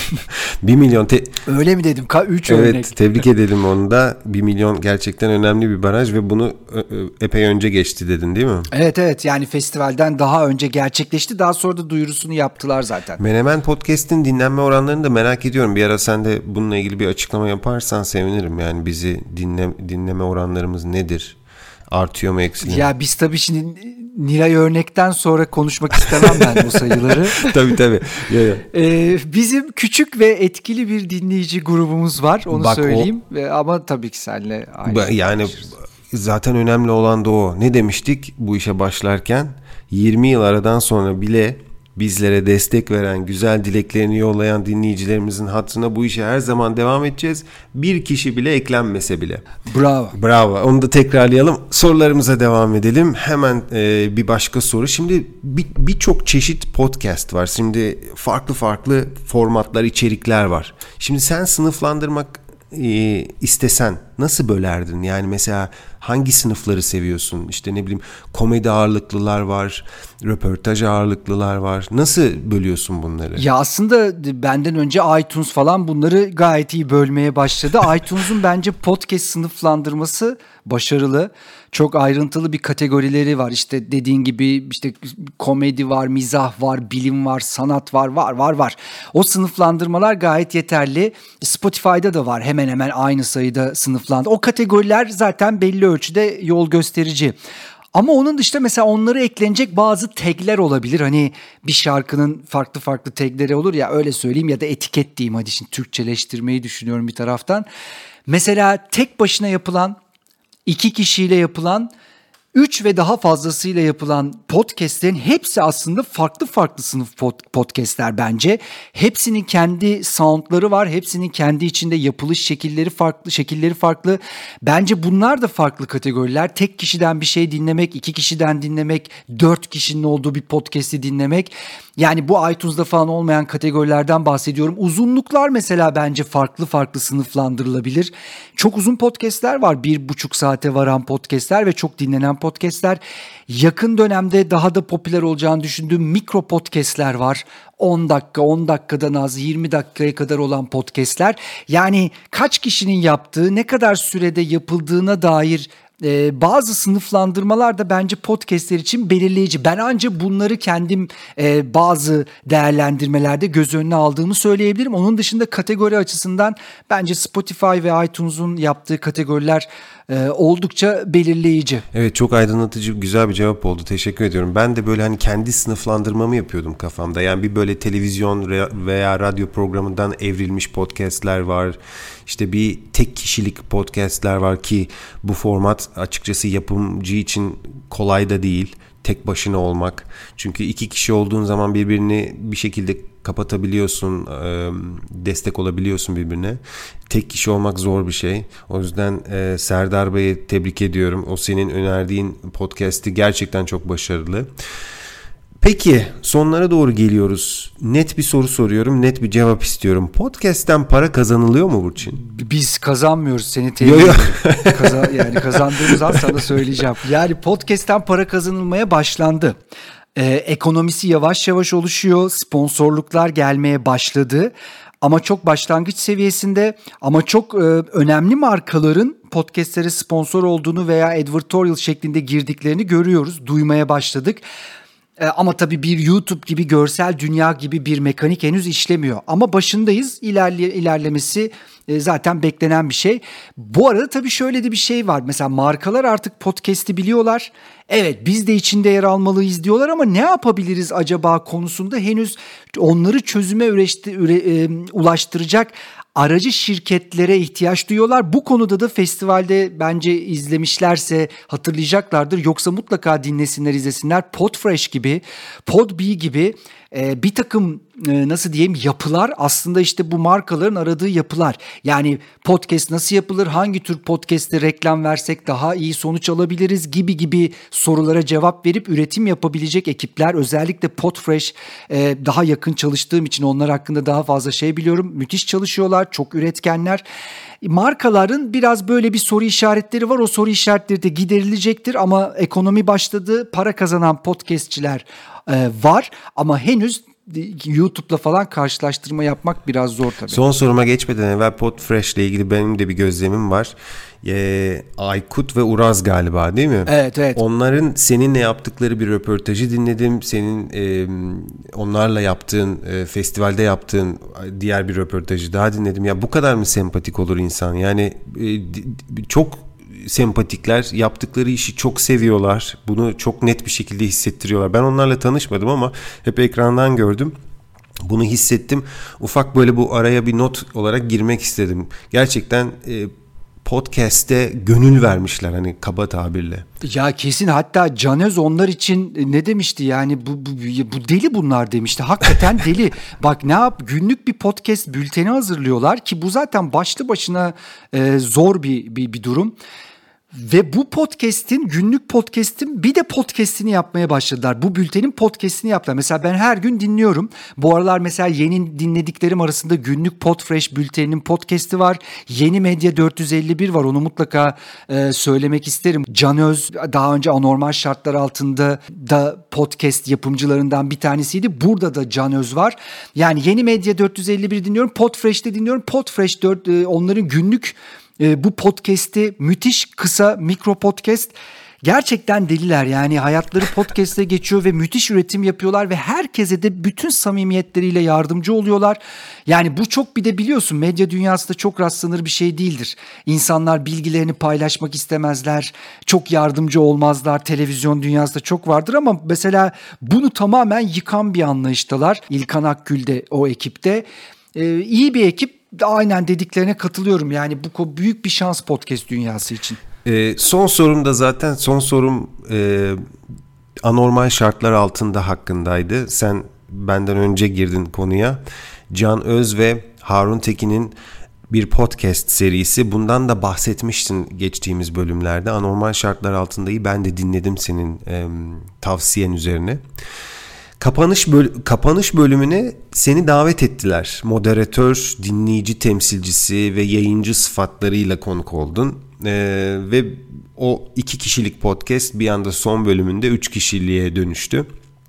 bir milyon. Te- Öyle mi dedim? Üç evet, örnek. Evet, tebrik edelim onu da. Bir milyon gerçekten önemli bir baraj ve bunu epey önce geçti dedin değil mi? Evet evet, yani festivalden daha önce gerçekleşti. Daha sonra da duyurusunu yaptılar zaten. Menemen Podcast'in dinlenme oranlarını da merak ediyorum. Bir ara sen de bununla ilgili bir açıklama yaparsan sevinirim. Yani bizi dinle, dinleme oranlarımız nedir? Artıyor mu, eksiliyor mu? Ya biz tabii şimdi Nilay örnekten sonra konuşmak istemem ben bu sayıları. tabii tabii. Ya, ya. Ee, bizim küçük ve etkili bir dinleyici grubumuz var, onu Bak, söyleyeyim. O... Ama tabii ki seninle aynı. Yani zaten önemli olan da o. Ne demiştik bu işe başlarken? yirmi yıl aradan sonra bile bizlere destek veren, güzel dileklerini yollayan dinleyicilerimizin hatırına bu işe her zaman devam edeceğiz. Bir kişi bile eklenmese bile. Bravo. Bravo. Onu da tekrarlayalım. Sorularımıza devam edelim. Hemen e, bir başka soru. Şimdi birçok bir çeşit podcast var. Şimdi farklı farklı formatlar, içerikler var. Şimdi sen sınıflandırmak e, istesen nasıl bölerdin? Yani mesela hangi sınıfları seviyorsun? İşte ne bileyim, komedi ağırlıklılar var, röportaj ağırlıklılar var. Nasıl bölüyorsun bunları? Ya aslında benden önce iTunes falan bunları gayet iyi bölmeye başladı. iTunes'un bence podcast sınıflandırması başarılı. Çok ayrıntılı bir kategorileri var. İşte dediğin gibi işte komedi var, mizah var, bilim var, sanat var, var var var. O sınıflandırmalar gayet yeterli. Spotify'da da var hemen hemen aynı sayıda sınıflandı. O kategoriler zaten belli ölçüde yol gösterici. Ama onun dışında mesela onlara eklenecek bazı tagler olabilir. Hani bir şarkının farklı farklı tagleri olur ya, öyle söyleyeyim, ya da etiket diyeyim, hadi şimdi Türkçeleştirmeyi düşünüyorum bir taraftan. Mesela tek başına yapılan, iki kişiyle yapılan, üç ve daha fazlasıyla yapılan podcastlerin hepsi aslında farklı farklı sınıf podcastler bence. Hepsinin kendi soundları var. Hepsinin kendi içinde yapılış şekilleri farklı, şekilleri farklı. Bence bunlar da farklı kategoriler. Tek kişiden bir şey dinlemek, iki kişiden dinlemek, dört kişinin olduğu bir podcast'i dinlemek. Yani bu iTunes'da falan olmayan kategorilerden bahsediyorum. Uzunluklar mesela bence farklı farklı sınıflandırılabilir. Çok uzun podcastler var. Bir buçuk saate varan podcastler ve çok dinlenen podcastler. Yakın dönemde daha da popüler olacağını düşündüğüm mikro podcastler var. on dakika, on dakikadan az, yirmi dakikaya kadar olan podcastler. Yani kaç kişinin yaptığı, ne kadar sürede yapıldığına dair Ee, bazı sınıflandırmalar da bence podcastler için belirleyici. Ben ancak bunları kendim e, bazı değerlendirmelerde göz önüne aldığımı söyleyebilirim. Onun dışında kategori açısından bence Spotify ve iTunes'un yaptığı kategoriler e, oldukça belirleyici. Evet, çok aydınlatıcı, güzel bir cevap oldu. Teşekkür ediyorum. Ben de böyle hani kendi sınıflandırmamı yapıyordum kafamda. Yani bir böyle televizyon veya radyo programından evrilmiş podcastler var. İşte bir tek kişilik podcastler var ki bu format açıkçası yapımcı için kolay da değil. Tek başına olmak. Çünkü iki kişi olduğun zaman birbirini bir şekilde kapatabiliyorsun, destek olabiliyorsun birbirine. Tek kişi olmak zor bir şey. O yüzden Serdar Bey'i tebrik ediyorum. O senin önerdiğin podcast'i gerçekten çok başarılı. Peki sonlara doğru geliyoruz. Net bir soru soruyorum, net bir cevap istiyorum. Podcast'ten para kazanılıyor mu Burçin? Biz kazanmıyoruz, seni tebrik ederim. Kaza, yani kazandığımız an sana söyleyeceğim. Yani podcast'ten para kazanılmaya başlandı. Ee, ekonomisi yavaş yavaş oluşuyor, sponsorluklar gelmeye başladı. Ama çok başlangıç seviyesinde, ama çok e, önemli markaların podcastlere sponsor olduğunu veya advertorial şeklinde girdiklerini görüyoruz, duymaya başladık. Ama tabii bir YouTube gibi, görsel dünya gibi bir mekanik henüz işlemiyor. Ama başındayız. İlerle, ilerlemesi zaten beklenen bir şey. Bu arada tabii şöyle de bir şey var. Mesela markalar artık podcast'i biliyorlar. Evet, biz de içinde yer almalıyız diyorlar ama ne yapabiliriz acaba konusunda henüz onları çözüme üreşti, üre, e, ulaştıracak aracı şirketlere ihtiyaç duyuyorlar. Bu konuda da festivalde bence izlemişlerse hatırlayacaklardır. Yoksa mutlaka dinlesinler, izlesinler. Podfresh gibi, Podbee gibi e, bir takım e, nasıl diyeyim yapılar aslında işte bu markaların aradığı yapılar. Yani podcast nasıl yapılır, hangi tür podcast'te reklam versek daha iyi sonuç alabiliriz gibi gibi sorulara cevap verip üretim yapabilecek ekipler. Özellikle Podfresh e, daha yakın çalıştığım için onlar hakkında daha fazla şey biliyorum. Müthiş çalışıyorlar, çok üretkenler. Markaların biraz böyle bir soru işaretleri var. O soru işaretleri de giderilecektir ama ekonomi başladı. Para kazanan podcastçiler e, var ama henüz YouTube'la falan karşılaştırma yapmak biraz zor tabii. Son soruma geçmeden evvel Podfresh ile ilgili benim de bir gözlemim var. Ee, Aykut ve Uraz galiba değil mi? Evet, evet. Onların seninle yaptıkları bir röportajı dinledim. Senin e, onlarla yaptığın, e, festivalde yaptığın diğer bir röportajı daha dinledim. Ya bu kadar mı sempatik olur insan? Yani e, çok sempatikler, yaptıkları işi çok seviyorlar. Bunu çok net bir şekilde hissettiriyorlar. Ben onlarla tanışmadım ama hep ekrandan gördüm. Bunu hissettim. Ufak böyle bu araya bir not olarak girmek istedim. Gerçekten e, podcast'te gönül vermişler hani kaba tabirle. Ya kesin, hatta Canöz onlar için ne demişti yani bu, bu, bu deli bunlar demişti. Hakikaten deli. Bak ne yap, günlük bir podcast bülteni hazırlıyorlar ki bu zaten başlı başına e, zor bir, bir bir durum. Ve bu podcast'in, günlük podcast'in bir de podcast'ini yapmaya başladılar. Bu bültenin podcast'ini yaptılar. Mesela ben her gün dinliyorum. Bu aralar mesela yeni dinlediklerim arasında günlük Podfresh bülteninin podcast'i var. Yeni Medya dört yüz elli bir var. Onu mutlaka e, söylemek isterim. Canöz daha önce Anormal Şartlar Altında da podcast yapımcılarından bir tanesiydi. Burada da Canöz var. Yani Yeni Medya dört yüz elli bir dinliyorum. Podfresh'te dinliyorum. Podfresh dört e, onların günlük bu podcast'i, müthiş kısa mikro podcast, gerçekten deliler yani, hayatları podcast'e geçiyor ve müthiş üretim yapıyorlar ve herkese de bütün samimiyetleriyle yardımcı oluyorlar. Yani bu çok, bir de biliyorsun medya dünyasında çok rastlanır bir şey değildir. İnsanlar bilgilerini paylaşmak istemezler, çok yardımcı olmazlar. Televizyon dünyasında çok vardır ama mesela bunu tamamen yıkan bir anlayıştalar. İlkan Akgül de o ekipte. Ee, iyi bir ekip. Aynen dediklerine katılıyorum. Yani bu büyük bir şans podcast dünyası için. Ee, son sorum da zaten son sorum e, Anormal Şartlar Altında hakkındaydı. Sen benden önce girdin konuya. Can Öz ve Harun Tekin'in bir podcast serisi. Bundan da bahsetmiştin geçtiğimiz bölümlerde. Anormal Şartlar Altında'yı ben de dinledim senin e, tavsiyen üzerine. Kapanış böl- kapanış bölümüne seni davet ettiler. Moderatör, dinleyici temsilcisi ve yayıncı sıfatlarıyla konuk oldun. Ee, ve o iki kişilik podcast bir anda son bölümünde üç kişiliğe dönüştü.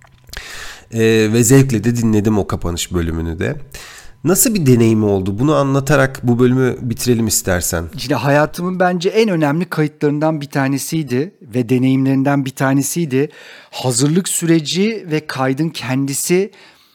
Ee, ve zevkle de dinledim o kapanış bölümünü de. Nasıl bir deneyimi oldu? Bunu anlatarak bu bölümü bitirelim istersen. İşte hayatımın bence en önemli kayıtlarından bir tanesiydi ve deneyimlerinden bir tanesiydi. Hazırlık süreci ve kaydın kendisi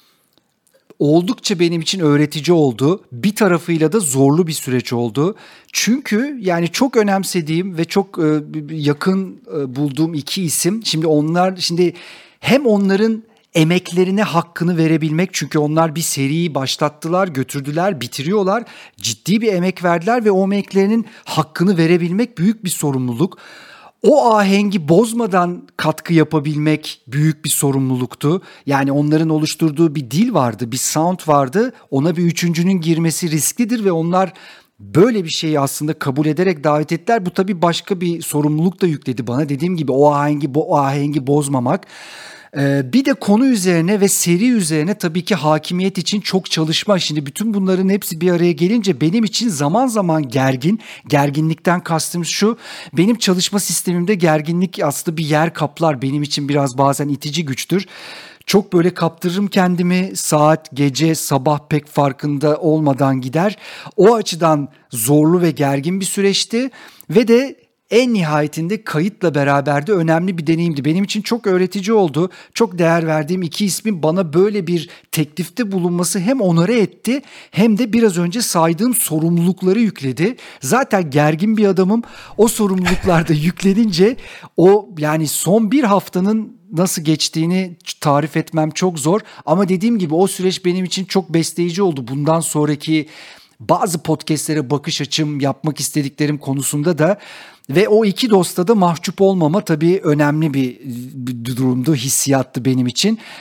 oldukça benim için öğretici oldu. Bir tarafıyla da zorlu bir süreç oldu. Çünkü yani çok önemsediğim ve çok yakın bulduğum iki isim. Şimdi onlar, şimdi hem onların emeklerine hakkını verebilmek, çünkü onlar bir seriyi başlattılar, götürdüler, bitiriyorlar. Ciddi bir emek verdiler ve o emeklerinin hakkını verebilmek büyük bir sorumluluk. O ahengi bozmadan katkı yapabilmek büyük bir sorumluluktu. Yani onların oluşturduğu bir dil vardı, bir sound vardı. Ona bir üçüncünün girmesi risklidir ve onlar böyle bir şeyi aslında kabul ederek davet ettiler. Bu tabii başka bir sorumluluk da yükledi bana. Dediğim gibi o ahengi, o ahengi bozmamak. Bir de konu üzerine ve seri üzerine tabii ki hakimiyet için çok çalışma. Şimdi bütün bunların hepsi bir araya gelince benim için zaman zaman gergin. Gerginlikten kastım şu: benim çalışma sistemimde gerginlik aslında bir yer kaplar. Benim için biraz bazen itici güçtür. Çok böyle kaptırırım kendimi, saat, gece, sabah pek farkında olmadan gider. O açıdan zorlu ve gergin bir süreçti ve de en nihayetinde kayıtla beraber de önemli bir deneyimdi. Benim için çok öğretici oldu. Çok değer verdiğim iki ismin bana böyle bir teklifte bulunması hem onore etti hem de biraz önce saydığım sorumlulukları yükledi. Zaten gergin bir adamım. O sorumluluklar da yüklenince o, yani son bir haftanın nasıl geçtiğini tarif etmem çok zor. Ama dediğim gibi o süreç benim için çok besleyici oldu. Bundan sonraki bazı podcastlere bakış açım, yapmak istediklerim konusunda da. Ve o iki dosta da mahcup olmama tabii önemli bir, bir durumdu, hissiyattı benim için.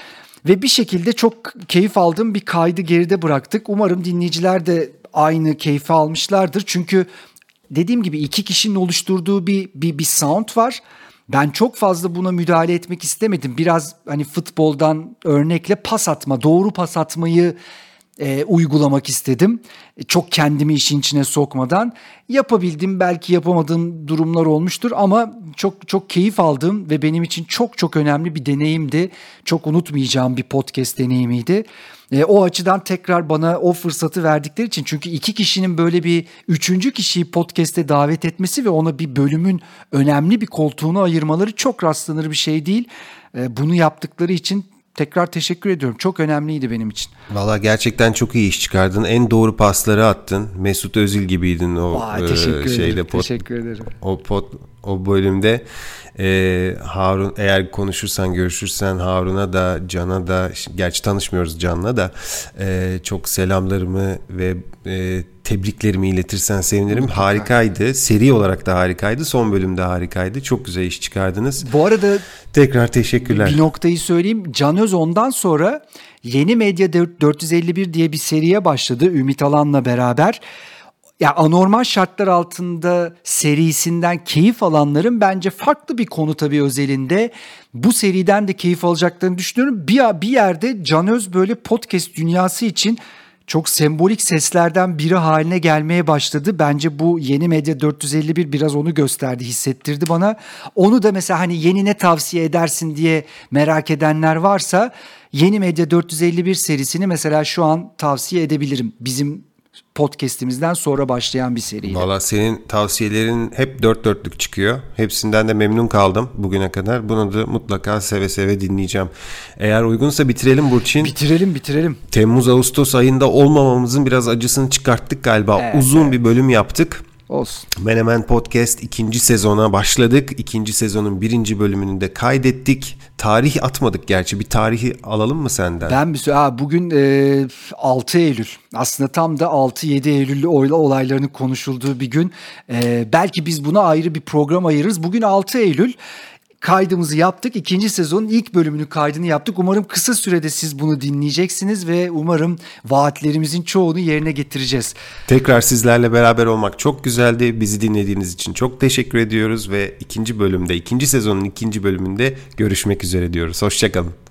Ve bir şekilde çok keyif aldığım bir kaydı geride bıraktık. Umarım dinleyiciler de aynı keyfi almışlardır. Çünkü dediğim gibi iki kişinin oluşturduğu bir, bir, bir sound var. Ben çok fazla buna müdahale etmek istemedim. Biraz hani futboldan örnekle pas atma, doğru pas atmayı e, uygulamak istedim. E, çok kendimi işin içine sokmadan. Yapabildim, belki yapamadığım durumlar olmuştur ama çok çok keyif aldığım ve benim için çok çok önemli bir deneyimdi. Çok unutmayacağım bir podcast deneyimiydi. E, o açıdan tekrar bana o fırsatı verdikleri için, çünkü iki kişinin böyle bir üçüncü kişiyi podcast'e davet etmesi ve ona bir bölümün önemli bir koltuğunu ayırmaları çok rastlanır bir şey değil. E, bunu yaptıkları için tekrar teşekkür ediyorum. Çok önemliydi benim için. Valla gerçekten çok iyi iş çıkardın. En doğru pasları attın. Mesut Özil gibiydin o Vay, teşekkür e, şeyde ederim. pot, teşekkür ederim. O pot, o bölümde e, Harun, eğer konuşursan görüşürsen Harun'a da Can'a da, gerçi tanışmıyoruz Can'la da, e, çok selamlarımı ve e, tebriklerimi iletirsen sevinirim. Mutlaka. Harikaydı. Seri olarak da harikaydı. Son bölümde harikaydı. Çok güzel iş çıkardınız. Bu arada tekrar teşekkürler. Bir noktayı söyleyeyim. Can Öz ondan sonra Yeni Medya dört yüz elli bir diye bir seriye başladı Ümit Alan'la beraber. Ya anormal şartlar altında serisinden keyif alanların bence farklı bir konu tabii özelinde bu seriden de keyif alacaklarını düşünüyorum. Bir, bir yerde Can Öz böyle podcast dünyası için çok sembolik seslerden biri haline gelmeye başladı. Bence bu Yeni Medya dört yüz elli bir biraz onu gösterdi, hissettirdi bana. Onu da mesela hani yeni ne tavsiye edersin diye merak edenler varsa Yeni Medya dört yüz elli bir serisini mesela şu an tavsiye edebilirim. Bizim podcast'imizden sonra başlayan bir seriydi. Valla senin tavsiyelerin hep dört dörtlük çıkıyor. Hepsinden de memnun kaldım bugüne kadar. Bunu da mutlaka seve seve dinleyeceğim. Eğer uygunsa bitirelim Burçin. Bitirelim bitirelim. Temmuz-Ağustos ayında olmamamızın biraz acısını çıkarttık galiba. Evet, Uzun evet. bir bölüm yaptık. Olsun. Menemen Podcast ikinci sezona başladık. İkinci sezonun birinci bölümünü de kaydettik. Tarih atmadık gerçi. Bir tarihi alalım mı senden? Ben bir ha, bugün e, altı Eylül. Aslında tam da altı yedi Eylül olaylarının konuşulduğu bir gün. E, belki biz buna ayrı bir program ayırırız. Bugün altı Eylül. Kaydımızı yaptık. İkinci sezonun ilk bölümünün kaydını yaptık. Umarım kısa sürede siz bunu dinleyeceksiniz ve umarım vaatlerimizin çoğunu yerine getireceğiz. Tekrar sizlerle beraber olmak çok güzeldi. Bizi dinlediğiniz için çok teşekkür ediyoruz ve ikinci bölümde, ikinci sezonun ikinci bölümünde görüşmek üzere diyoruz. Hoşça kalın.